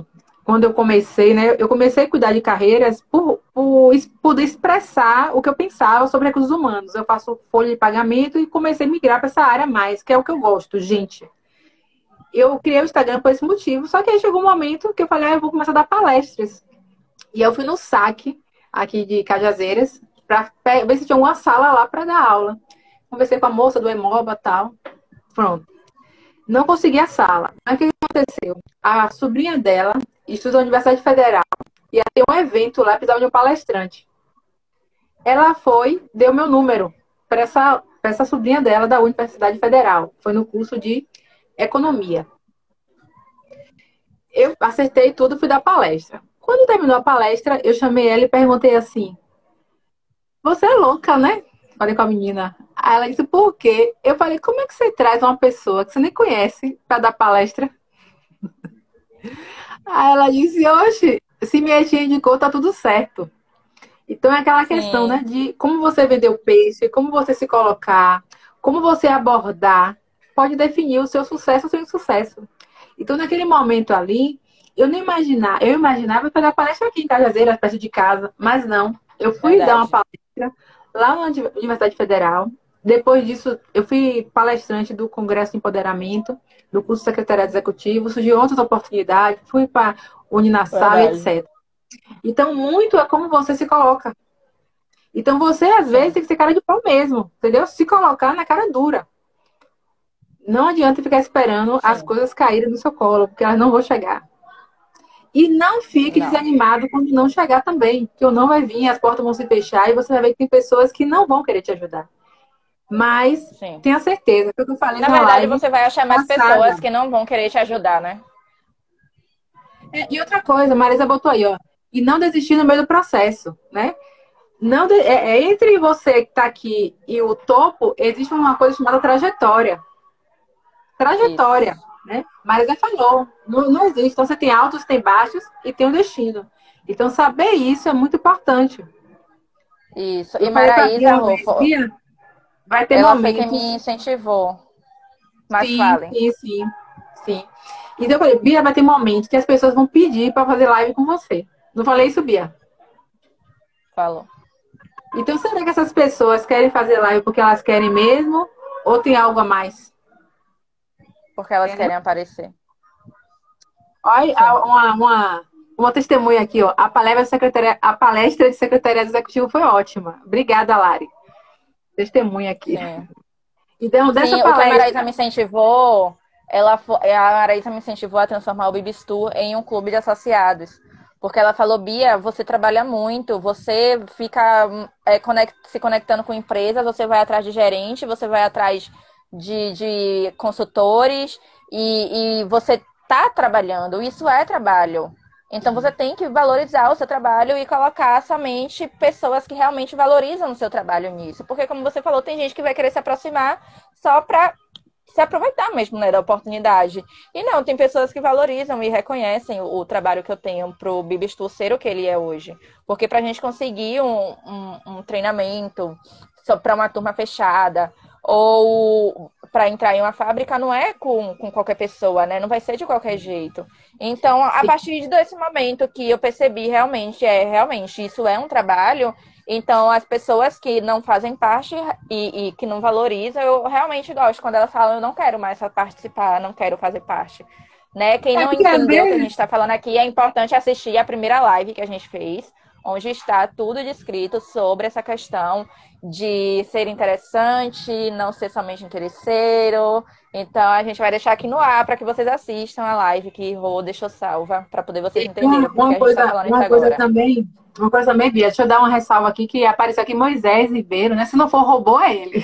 quando eu comecei, né? Eu comecei a cuidar de carreiras por, por es- poder expressar o que eu pensava sobre recursos humanos. Eu faço folha de pagamento e comecei a migrar para essa área mais, que é o que eu gosto, gente. Eu criei o Instagram por esse motivo, só que aí chegou um momento que eu falei, ah, eu vou começar a dar palestras. E eu fui no saque aqui de Cajazeiras para ver se tinha uma sala lá para dar aula. Conversei com a moça do Emoba e tal. Pronto. Não consegui a sala. Aí o que aconteceu? A sobrinha dela estuda na Universidade Federal. Ia ter um evento lá, precisava de um palestrante. Ela foi, deu meu número para essa, pra essa sobrinha dela da Universidade Federal. Foi no curso de Economia. Eu acertei tudo, fui dar palestra. Quando terminou a palestra, eu chamei ela e perguntei assim: Você é louca, né? Falei com a menina. Aí ela disse: Por quê? Eu falei: Como é que você traz uma pessoa que você nem conhece para dar palestra? Aí ela disse: Oxe, se minha tia indicou, tá tudo certo. Então é aquela questão, Sim, né? De como você vender o peixe, como você se colocar, como você abordar, pode definir o seu sucesso ou o seu insucesso. Então, naquele momento ali, eu não imaginava, eu imaginava pegar palestra aqui em Cajazeiras, perto de casa, mas não. Eu fui dar uma verdade. palestra lá na Universidade Federal. Depois disso, eu fui palestrante do Congresso de Empoderamento, do curso de Secretariado Executivo, surgiu outras oportunidades, fui para Uninassal e Verdade. etcétera. Então, muito é como você se coloca. Então, você, às vezes, Sim, tem que ser cara de pau mesmo, entendeu? Se colocar na cara dura. Não adianta ficar esperando as sim. coisas caírem no seu colo, porque elas não vão chegar. E não fique Não. desanimado quando não chegar também, que o não vai vir, as portas vão se fechar e você vai ver que tem pessoas que não vão querer te ajudar. Mas Sim. tenha certeza que o que eu falei Na na verdade, live você vai achar mais pessoas passada. que não vão querer te ajudar, né? É, e outra coisa, a Marisa botou aí, ó. E não desistir no meio do processo, né? Não de- é, é entre você que está aqui e o topo, existe uma coisa chamada trajetória. Trajetória, Isso. né? Marisa falou, não, não existe. Então você tem altos, tem baixos e tem um destino. Então saber isso é muito importante. Isso. Eu E falei pra Bia Maraísa, uma Rô, vez, fo- Bia, vai ter ela foi quem me momentos. incentivou. Mas Sim, fale. sim, sim, sim. Então eu falei, Bia, vai ter momentos que as pessoas vão pedir para fazer live com você. Não falei isso, Bia? Falou. Então será que essas pessoas querem fazer live porque elas querem mesmo? Ou tem algo a mais? Porque elas Entendeu? querem aparecer. Olha Sim, uma, uma, uma testemunha aqui, ó. A palestra, de secretaria, a palestra de secretariado executivo foi ótima. Obrigada, Lari. Testemunha aqui. sim. Então, dessa Sim, o que a Maraísa palestra. me incentivou, ela fo- a Maraísa me incentivou a transformar o Bibistu em um clube de associados. Porque ela falou, Bia, você trabalha muito, você fica é, conect, se conectando com empresas, você vai atrás de gerente, você vai atrás de, de consultores e, e você está trabalhando, isso é trabalho. Então você tem que valorizar o seu trabalho e colocar somente pessoas que realmente valorizam o seu trabalho nisso. Porque, como você falou, tem gente que vai querer se aproximar só para se aproveitar mesmo, né, da oportunidade. E não, tem pessoas que valorizam e reconhecem o, o trabalho que eu tenho pro Bibistu ser o que ele é hoje. Porque pra gente conseguir um, um, um treinamento para uma turma fechada ou para entrar em uma fábrica não é com, com qualquer pessoa, né? Não vai ser de qualquer jeito. Então, a Sim. partir desse momento que eu percebi realmente, é realmente, isso é um trabalho, então, as pessoas que não fazem parte e, e, que não valorizam, eu realmente gosto quando elas falam, eu não quero mais participar, não quero fazer parte. Né? Quem É não porque às entendeu o que a gente vezes. está falando aqui, é importante assistir a primeira live que a gente fez, onde está tudo descrito sobre essa questão de ser interessante, não ser somente interesseiro. Então, a gente vai deixar aqui no ar para que vocês assistam a live que Rô deixou salva, para poder vocês Uma, entenderem porque uma a gente está coisa, falando isso uma coisa agora. também. Uma coisa também, Bia, deixa eu dar uma ressalva aqui que apareceu aqui Moisés Ribeiro, né? Se não for robô, é ele.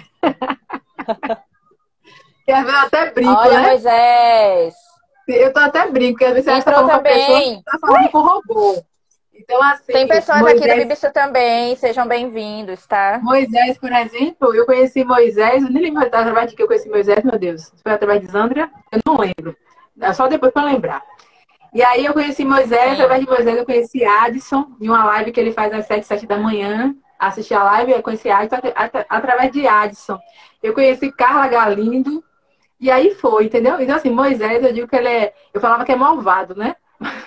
E às vezes eu até brinco, Olha, né? Moisés! Eu tô até brinco, porque às vezes você acha que tá Entrou falando com a pessoa que também. tá falando com o robô. Então, Tem assim, pessoas aqui do Moisés, Bibisu também, sejam bem-vindos, tá? Moisés, por exemplo, eu conheci Moisés, eu nem lembro através de que eu conheci Moisés, meu Deus. Foi através de Zandria? Eu não lembro. É só depois para lembrar. E aí eu conheci Moisés, através Sim, de Moisés eu conheci Adson, em uma live que ele faz às sete, sete da manhã. Assisti a live, eu conheci Adson através de Adson. Eu conheci Carla Galindo, e aí foi, entendeu? Então, assim, Moisés, eu digo que ele é. Eu falava que é malvado, né?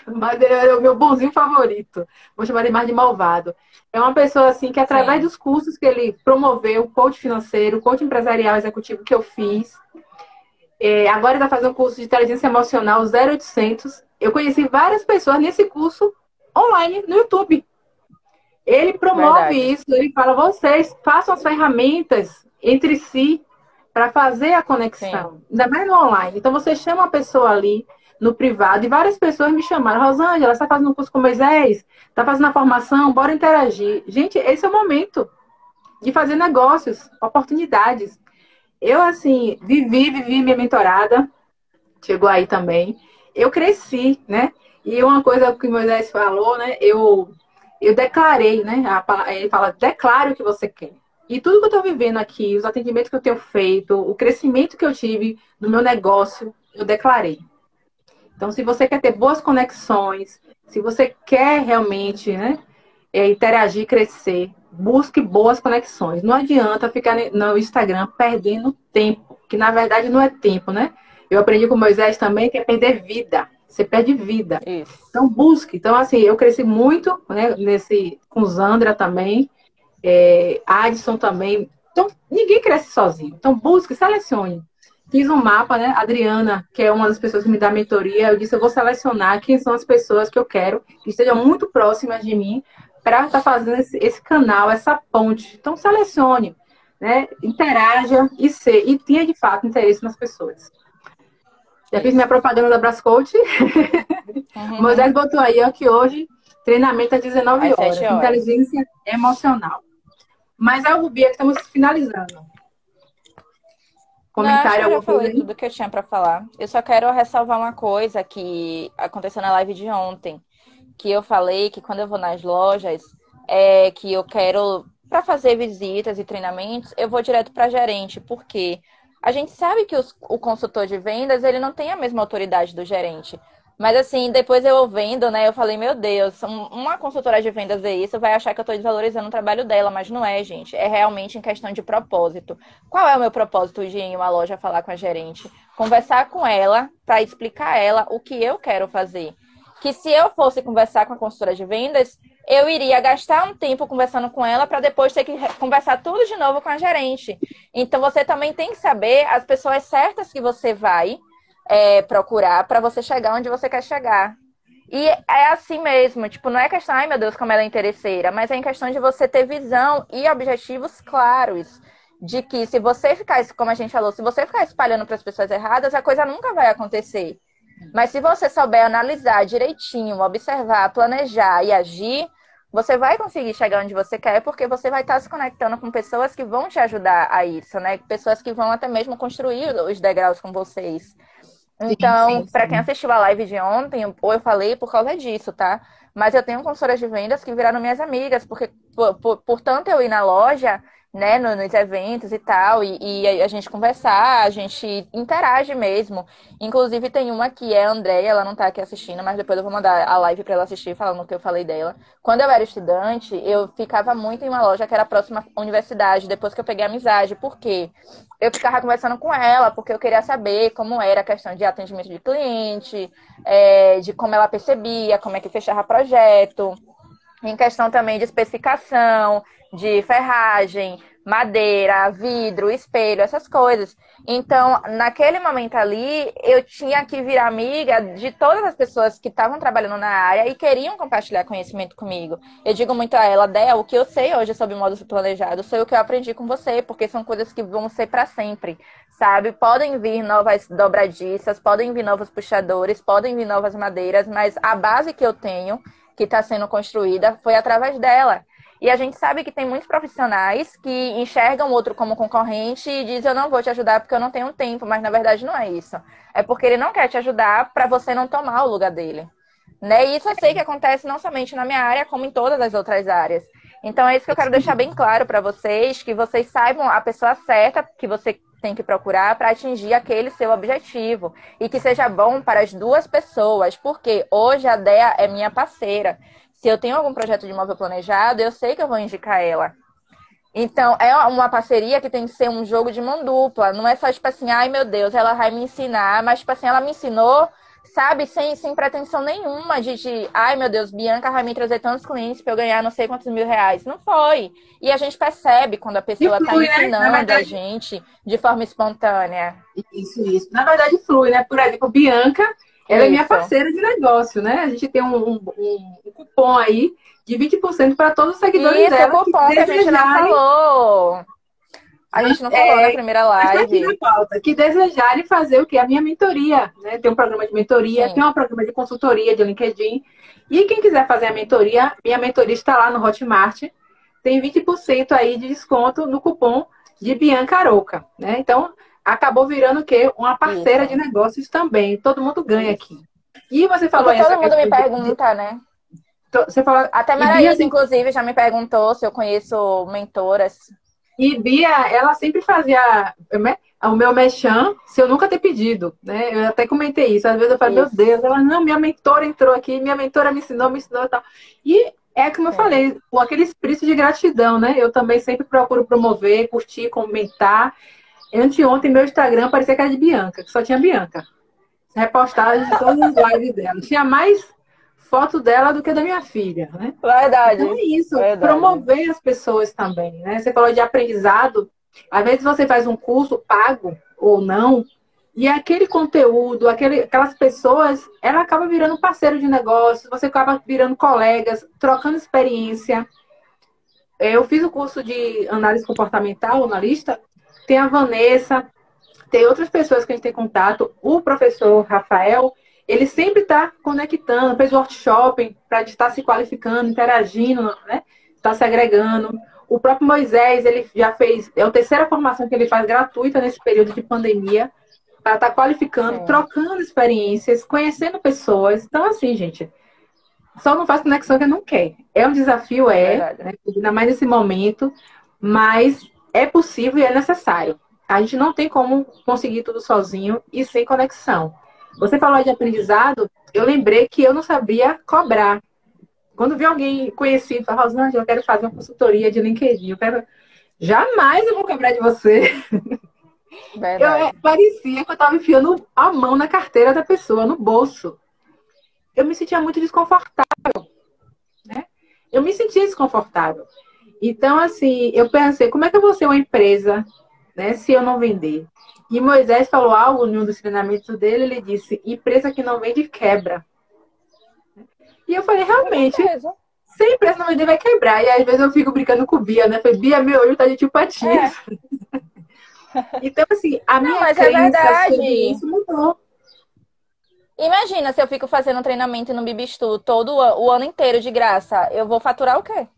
Mas ele é o meu bonzinho favorito. Vou chamar ele mais de malvado. É uma pessoa assim que através Sim, dos cursos que ele promoveu, o coach financeiro, o coach empresarial executivo que eu fiz, é, agora ele está fazendo um curso de inteligência emocional zero oitocentos. Eu conheci várias pessoas nesse curso online, no YouTube. Ele promove verdade. isso, ele fala, vocês façam as ferramentas entre si para fazer a Sim. conexão, ainda mais no online. Então você chama a pessoa ali no privado e várias pessoas me chamaram, Rosângela, você está fazendo um curso com Moisés, está fazendo a formação, bora interagir. Gente, esse é o momento de fazer negócios, oportunidades. Eu, assim, vivi, vivi minha mentorada, chegou aí também. Eu cresci, né? E uma coisa que o Moisés falou, né? Eu, eu declarei, né? A, ele fala, declare o que você quer. E tudo que eu estou vivendo aqui, os atendimentos que eu tenho feito, o crescimento que eu tive no meu negócio, eu declarei. Então, se você quer ter boas conexões, se você quer realmente, né, é, interagir, crescer, busque boas conexões. Não adianta ficar no Instagram perdendo tempo, que na verdade não é tempo, né? Eu aprendi com o Moisés também que é perder vida. Você perde vida. Isso. Então busque. Então, assim, eu cresci muito, né, nesse, com Zandra também, é, Adson também. Então, ninguém cresce sozinho. Então, busque, selecione. Fiz um mapa, né? Adriana, que é uma das pessoas que me dá mentoria, eu disse, eu vou selecionar quem são as pessoas que eu quero que estejam muito próximas de mim para estar fazendo esse, esse canal, essa ponte. Então, selecione, né? Interaja e ser, e tenha de fato interesse nas pessoas. Já fiz minha Isso. propaganda da Brascoach. O Moisés botou aí, ó, que hoje treinamento às dezenove Às sete horas, horas. inteligência emocional. Mas é o Bia que estamos finalizando. Não, acho que Comentário, eu já alguma coisa falei aí? tudo que eu tinha para falar. Eu só quero ressalvar uma coisa que aconteceu na live de ontem, que eu falei que quando eu vou nas lojas, é que eu quero para fazer visitas e treinamentos, eu vou direto para gerente, porque a gente sabe que os, o consultor de vendas, ele não tem a mesma autoridade do gerente. Mas assim, depois eu vendo, né, eu falei, meu Deus, uma consultora de vendas ver isso, vai achar que eu estou desvalorizando o trabalho dela, mas não é, gente. É realmente em questão de propósito. Qual é o meu propósito de ir em uma loja falar com a gerente? Conversar com ela para explicar a ela o que eu quero fazer. Que se eu fosse conversar com a consultora de vendas, eu iria gastar um tempo conversando com ela para depois ter que conversar tudo de novo com a gerente. Então você também tem que saber as pessoas certas que você vai é, procurar para você chegar onde você quer chegar. E é assim mesmo, tipo, não é questão, ai meu Deus, como ela é interesseira, mas é em questão de você ter visão e objetivos claros. De que se você ficar, como a gente falou, se você ficar espalhando para as pessoas erradas, a coisa nunca vai acontecer. Mas se você souber analisar direitinho, observar, planejar e agir, você vai conseguir chegar onde você quer, porque você vai estar se conectando com pessoas que vão te ajudar a isso, né? Pessoas que vão até mesmo construir os degraus com vocês. Sim, Então, sim, para quem sim. assistiu a live de ontem, ou eu falei por causa disso, tá? Mas eu tenho consultoras de vendas que viraram minhas amigas, porque por, por, por tanto eu ir na loja, né, no, nos eventos e tal, e, e a gente conversar, a gente interage mesmo. Inclusive tem uma que é a Andréia, ela não tá aqui assistindo, mas depois eu vou mandar a live para ela assistir, falando o que eu falei dela. Quando eu era estudante, eu ficava muito em uma loja que era próxima à universidade, depois que eu peguei amizade. Por quê? Eu ficava conversando com ela, porque eu queria saber como era a questão de atendimento de cliente, é, de como ela percebia, como é que fechava projeto, em questão também de especificação, de ferragem, madeira, vidro, espelho, essas coisas. Então, naquele momento ali, eu tinha que virar amiga de todas as pessoas que estavam trabalhando na área e queriam compartilhar conhecimento comigo. Eu digo muito a ela, Dé, o que eu sei hoje sobre módulos planejados foi o que eu aprendi com você, porque são coisas que vão ser para sempre, sabe? Podem vir novas dobradiças, podem vir novos puxadores, podem vir novas madeiras, mas a base que eu tenho, que está sendo construída, foi através dela. E a gente sabe que tem muitos profissionais que enxergam o outro como concorrente e dizem, eu não vou te ajudar porque eu não tenho tempo, mas na verdade não é isso. É porque ele não quer te ajudar para você não tomar o lugar dele. Né? E isso eu sei que acontece não somente na minha área, como em todas as outras áreas. Então é isso que eu quero deixar bem claro para vocês, que vocês saibam a pessoa certa que você tem que procurar para atingir aquele seu objetivo. E que seja bom para as duas pessoas, porque hoje a Dea é minha parceira. Se eu tenho algum projeto de imóvel planejado, eu sei que eu vou indicar ela. Então, é uma parceria que tem que ser um jogo de mão dupla. Não é só, tipo assim, ai meu Deus, ela vai me ensinar. Mas, tipo assim, ela me ensinou sabe, sem, sem pretensão nenhuma de, de, ai meu Deus, Bianca vai me trazer tantos clientes para eu ganhar não sei quantos mil reais. Não foi. E a gente percebe quando a E pessoa está flui, né? Na ensinando a verdade, gente de forma espontânea. isso, isso. Na verdade, flui, né? Por exemplo, Bianca, ela é minha Isso. parceira de negócio, né? A gente tem um, um, um um cupom aí de vinte por cento para todos os seguidores Isso, o dela que cupom que a gente não desejarem. falou. A gente não falou na É, primeira mas tá aqui na live. pauta, que desejarem fazer o quê? A minha mentoria, né? Tem um programa de mentoria, tem Sim. um programa de consultoria de LinkedIn. E quem quiser fazer a mentoria, minha mentoria está lá no Hotmart. Tem vinte por cento aí de desconto no cupom de Bianca Aroca, né? Então, acabou virando o quê? Uma parceira de Isso. negócios também. Todo mundo ganha Isso. aqui. E você E falou que aí essa todo mundo me questão de, de- pergunta, né? você falou, Até e Bia, Maraísa, inclusive, já me perguntou se eu conheço mentoras. E Bia, ela sempre fazia né, o meu mechan se eu nunca ter pedido, né? Eu até comentei isso. Às vezes eu falo, meu Isso. Deus, ela, não, minha mentora entrou aqui, minha mentora me ensinou, me ensinou e tal. E é como eu Sim. falei, com aquele espírito de gratidão, né? Eu também sempre procuro promover, curtir, comentar. Anteontem, meu Instagram parecia que era de Bianca, que só tinha Bianca. Repostagem de todas as lives dela. Tinha mais foto dela do que da minha filha, né? Então Verdade. é isso, Verdade. promover as pessoas também, né? Você falou de aprendizado, às vezes você faz um curso pago ou não, e aquele conteúdo, aquele, aquelas pessoas, ela acaba virando parceiro de negócio, você acaba virando colegas, trocando experiência. Eu fiz o curso de análise comportamental, analista, tem a Vanessa, tem outras pessoas que a gente tem contato, o professor Rafael, ele sempre está conectando, fez workshop para estar se qualificando, interagindo, né? Está se agregando. O próprio Moisés, ele já fez, é a terceira formação que ele faz gratuita nesse período de pandemia, para estar qualificando, Sim. trocando experiências, conhecendo pessoas. Então, assim, gente, só não faz conexão quem não quer. É um desafio, É é, verdade. né? Ainda mais nesse momento, mas é possível e é necessário. A gente não tem como conseguir tudo sozinho e sem conexão. Você falou de aprendizado, eu lembrei que eu não sabia cobrar. Quando vi alguém conhecido, falar, Rosângela, eu quero fazer uma consultoria de LinkedIn, eu quero... jamais eu vou cobrar de você. Eu, é, Verdade. parecia que eu estava enfiando a mão na carteira da pessoa, no bolso. Eu me sentia muito desconfortável, né? Eu me sentia desconfortável. Então, assim, eu pensei, como é que eu vou ser uma empresa, né, se eu não vender? E Moisés falou algo em um dos treinamentos dele, ele disse, empresa que não vende, quebra. E eu falei, Com realmente, certeza. se a empresa não vender, vai quebrar. E às vezes eu fico brincando com Bia, né? Falei, Bia, meu olho tá de tio Patinhas. É. Então, assim, a Não, minha mas é crença sobre verdade. isso mudou. Imagina se eu fico fazendo um treinamento no Bibistu todo o, o ano inteiro de graça. Eu vou faturar o quê?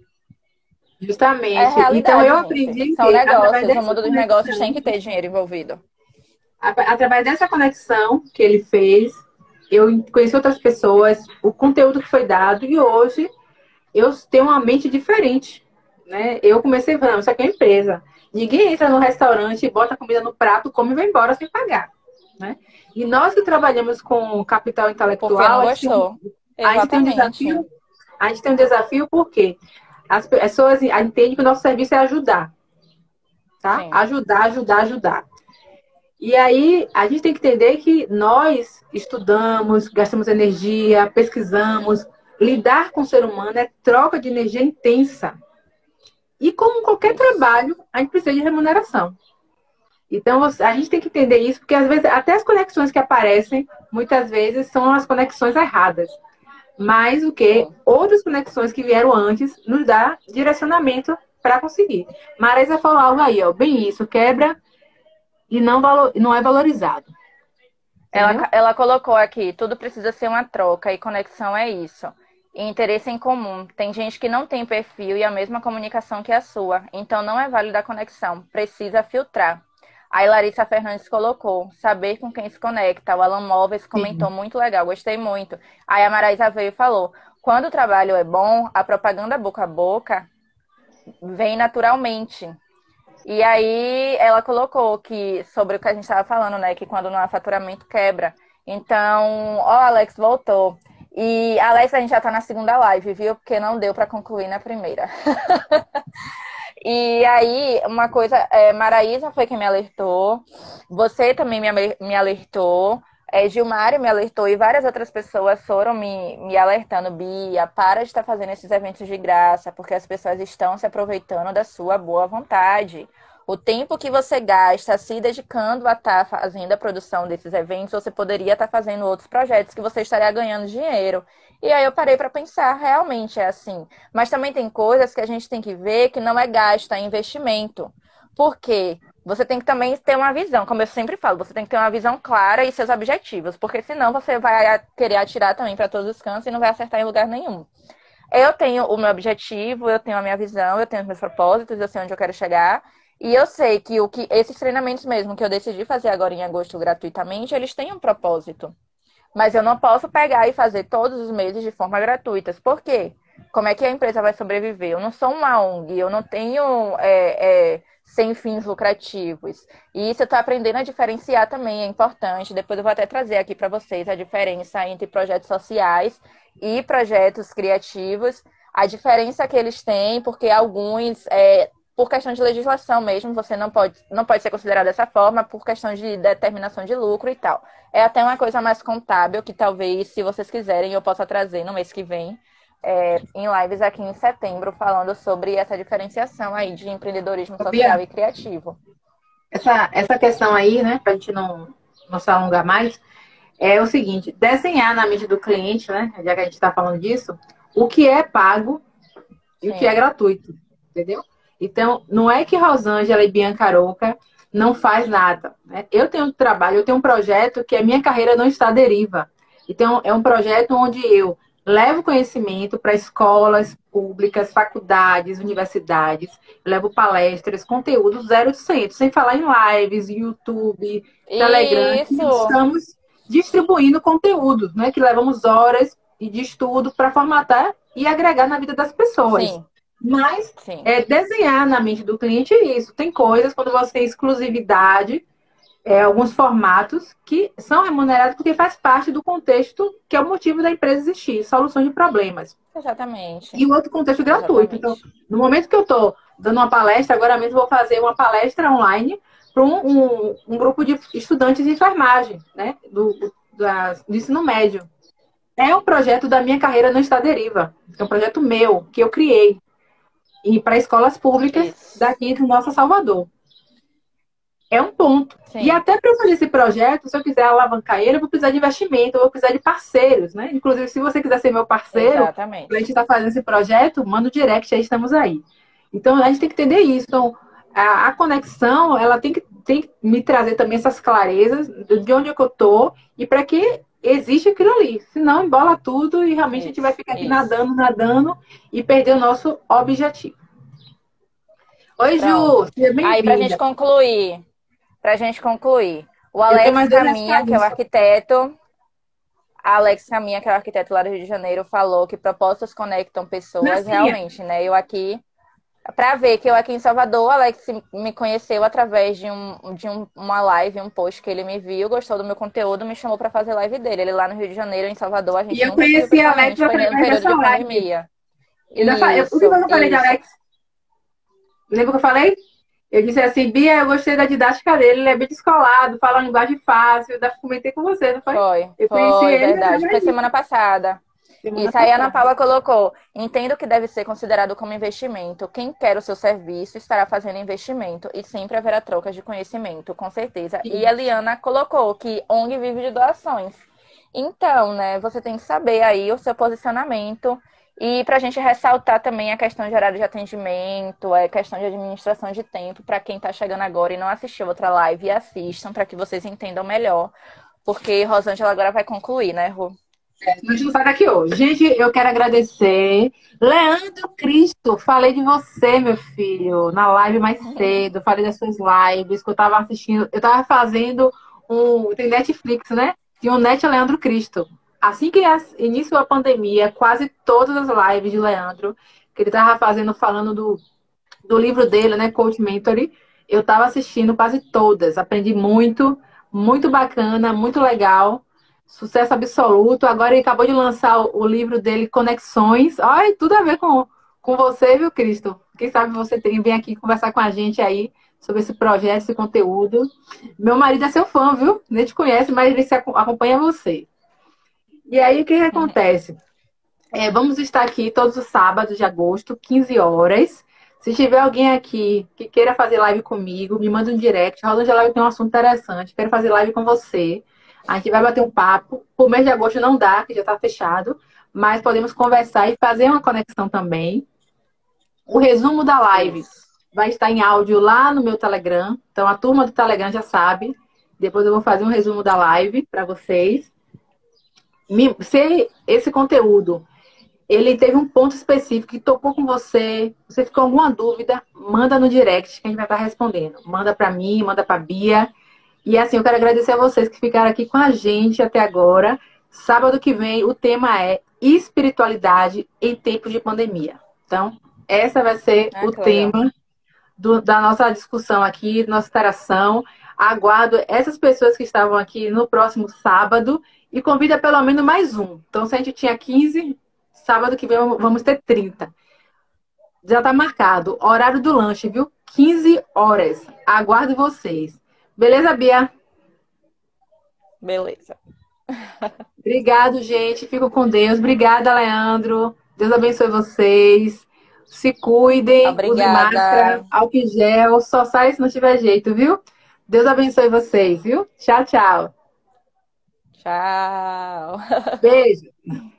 É Justamente. Então, realidade, eu gente. aprendi São que, através negócios. O dessa mundo dos negócios tem conexão, que ter dinheiro envolvido. através dessa conexão que ele fez, eu conheci outras pessoas, o conteúdo que foi dado, e hoje eu tenho uma mente diferente, né? Eu comecei falando, isso aqui é empresa. Ninguém entra no restaurante, bota comida no prato, come e vai embora sem pagar, né? E nós que trabalhamos com capital Porque intelectual, não a gente tem um, gostou. a gente tem um Exatamente. desafio, a gente tem um desafio porque as pessoas entendem que o nosso serviço é ajudar, tá? Sim. Ajudar, ajudar, ajudar. E aí, a gente tem que entender que nós estudamos, gastamos energia, pesquisamos. Lidar com o ser humano é troca de energia intensa. E como qualquer Isso. trabalho, a gente precisa de remuneração. Então, a gente tem que entender isso, porque às vezes, até as conexões que aparecem, muitas vezes, são as conexões erradas. Mas o que? Sim. Outras conexões que vieram antes nos dá direcionamento para conseguir. Marisa falou algo aí, ó, bem isso, quebra e não, valor, não é valorizado. Ela, Entendeu? ela colocou aqui, tudo precisa ser uma troca e conexão é isso. E interesse em comum. Tem gente que não tem perfil e a mesma comunicação que a sua. Então não é válida a conexão. Precisa filtrar. Aí Larissa Fernandes colocou, saber com quem se conecta. O Alan Móveis comentou, Sim. muito legal, gostei muito. Aí a Maraísa veio e falou, quando o trabalho é bom, a propaganda boca a boca vem naturalmente. E aí ela colocou que sobre o que a gente estava falando, né? Que quando não há faturamento quebra. Então, ó, Alex voltou. E Alex, a gente já tá na segunda live, viu? Porque não deu para concluir na primeira. E aí, uma coisa, é, Maraísa foi quem me alertou. Você também me, me alertou. É, Gilmar me alertou e várias outras pessoas foram me, me alertando, Bia, para de estar fazendo esses eventos de graça, porque as pessoas estão se aproveitando da sua boa vontade. O tempo que você gasta se dedicando a estar fazendo a produção desses eventos, você poderia estar fazendo outros projetos que você estaria ganhando dinheiro. E aí eu parei para pensar, realmente é assim. Mas também tem coisas que a gente tem que ver que não é gasto, é investimento. Por quê? Você tem que também ter uma visão, como eu sempre falo, você tem que ter uma visão clara e seus objetivos, porque senão você vai querer atirar também para todos os cantos e não vai acertar em lugar nenhum. Eu tenho o meu objetivo, eu tenho a minha visão, eu tenho os meus propósitos, eu sei onde eu quero chegar. E eu sei que, o que esses treinamentos mesmo que eu decidi fazer agora em agosto gratuitamente, eles têm um propósito. Mas eu não posso pegar e fazer todos os meses de forma gratuita. Por quê? Como é que a empresa vai sobreviver? Eu não sou uma O N G, eu não tenho é, é, sem fins lucrativos. E isso eu estou aprendendo a diferenciar também, é importante. Depois eu vou até trazer aqui para vocês a diferença entre projetos sociais e projetos criativos. A diferença que eles têm, porque alguns... É, por questão de legislação mesmo, você não pode, não pode ser considerado dessa forma, por questão de determinação de lucro e tal. É até uma coisa mais contábil, que talvez, se vocês quiserem, eu possa trazer no mês que vem, é, em lives aqui em setembro, falando sobre essa diferenciação aí de empreendedorismo social Bia, e criativo. essa, essa questão aí, né, para a gente não, não se alongar mais, é o seguinte, desenhar na mente do cliente, né, já que a gente está falando disso, o que é pago e Sim. o que é gratuito, entendeu? Então, não é que Rosângela e Bianca Aroca não faz nada, né? Eu tenho um trabalho, eu tenho um projeto que a minha carreira não está à deriva. Então, é um projeto onde eu levo conhecimento para escolas públicas, faculdades, universidades, eu levo palestras, conteúdo zero oitocentos, sem falar em lives, YouTube, Telegram, que estamos distribuindo conteúdo, né? Que levamos horas de estudo para formatar e agregar na vida das pessoas. Sim. Mas é, desenhar na mente do cliente isso. Tem coisas, quando você tem exclusividade, é, alguns formatos que são remunerados porque faz parte do contexto que é o motivo da empresa existir, solução de problemas. Exatamente. E o outro contexto gratuito. Exatamente. Então, no momento que eu estou dando uma palestra, agora mesmo vou fazer uma palestra online para um, um, um grupo de estudantes de enfermagem, né, do, do, do ensino médio. É um projeto da minha carreira não está à deriva. É um projeto meu, que eu criei. E para escolas públicas Isso. daqui do nosso Salvador. É um ponto. Sim. E até para fazer esse projeto, se eu quiser alavancar ele, eu vou precisar de investimento, eu vou precisar de parceiros, né? Inclusive, se você quiser ser meu parceiro, Exatamente. a gente está fazendo esse projeto, manda o direct, aí estamos aí. Então, a gente tem que entender isso. Então, a, a conexão, ela tem que, tem que me trazer também essas clarezas de onde é que eu estou e para que existe aquilo ali. Senão, embola tudo e realmente isso, a gente vai ficar aqui isso. nadando, nadando e perder o nosso objetivo. Oi, Pronto. Ju, seja bem-vinda. Aí, pra gente concluir, pra gente concluir, o Alex Caminha, que é o arquiteto, Alex Caminha, que é o arquiteto lá do Rio de Janeiro, falou que propostas conectam pessoas, realmente, né? Eu aqui... Para ver que eu aqui em Salvador, o Alex me conheceu através de, um, de um, uma live, um post que ele me viu, gostou do meu conteúdo, me chamou para fazer live dele. Ele lá no Rio de Janeiro, em Salvador, a gente e eu conheci a Alex no período de pandemia. E da, eu, por que eu não falei de Alex? Lembra que eu falei? Eu disse assim, Bia, eu gostei da didática dele, ele é bem descolado, fala uma linguagem fácil. Eu comentei com você, não foi? Foi, eu foi, ele, verdade. Foi semana passada. Semana Isso aí a Ana Paula colocou. Entendo que deve ser considerado como investimento. Quem quer o seu serviço estará fazendo investimento e sempre haverá trocas de conhecimento, com certeza. Isso. E a Liana colocou que O N G vive de doações. Então, né, você tem que saber aí o seu posicionamento. E para a gente ressaltar também a questão de horário de atendimento, a questão de administração de tempo, para quem está chegando agora e não assistiu outra live, assistam para que vocês entendam melhor. Porque Rosângela agora vai concluir, né, Ru? É, a gente não sai daqui hoje. Gente, eu quero agradecer. Leandro Cristo, falei de você, meu filho, na live mais uhum. cedo. Falei das suas lives que eu tava assistindo. Eu tava fazendo um. Tem Netflix, né? Tinha um Net Leandro Cristo. Assim que iniciou a pandemia, quase todas as lives de Leandro, que ele tava fazendo, falando do, do livro dele, né? Coach Mentoring, eu tava assistindo quase todas. Aprendi muito, muito bacana, muito legal. Sucesso absoluto. Agora ele acabou de lançar o, o livro dele, Conexões. Olha, tudo a ver com, com você, viu, Cristo? Quem sabe você tem, vem aqui conversar com a gente aí sobre esse projeto, esse conteúdo. Meu marido é seu fã, viu? Nem te conhece, mas ele se acompanha você. E aí, o que, que acontece? É, vamos estar aqui todos os sábados de agosto, quinze horas. Se tiver alguém aqui que queira fazer live comigo, me manda um direct. Rosa de Live tem um assunto interessante. Quero fazer live com você. A gente vai bater um papo. Por mês de agosto não dá, que já está fechado. Mas podemos conversar e fazer uma conexão também. O resumo da live vai estar em áudio lá no meu Telegram. Então, a turma do Telegram já sabe. Depois eu vou fazer um resumo da live para vocês. Se esse conteúdo ele teve um ponto específico que tocou com você, você ficou com alguma dúvida, manda no direct que a gente vai estar respondendo. Manda para mim, manda para Bia. E assim, eu quero agradecer a vocês que ficaram aqui com a gente até agora. Sábado que vem o tema é espiritualidade em tempos de pandemia. Então, essa vai ser ah, o tema do, da nossa discussão aqui, nossa interação. Aguardo essas pessoas que estavam aqui no próximo sábado e convida pelo menos mais um. Então, se a gente tinha quinze, sábado que vem vamos ter trinta. Já está marcado. Horário do lanche, viu? quinze horas. Aguardo vocês. Beleza, Bia? Beleza. Obrigado, gente. Fico com Deus. Obrigada, Leandro. Deus abençoe vocês. Se cuidem. Obrigada. Usem máscara, álcool em gel. Só sai se não tiver jeito, viu? Deus abençoe vocês, viu? Tchau, tchau. Tchau. Beijo.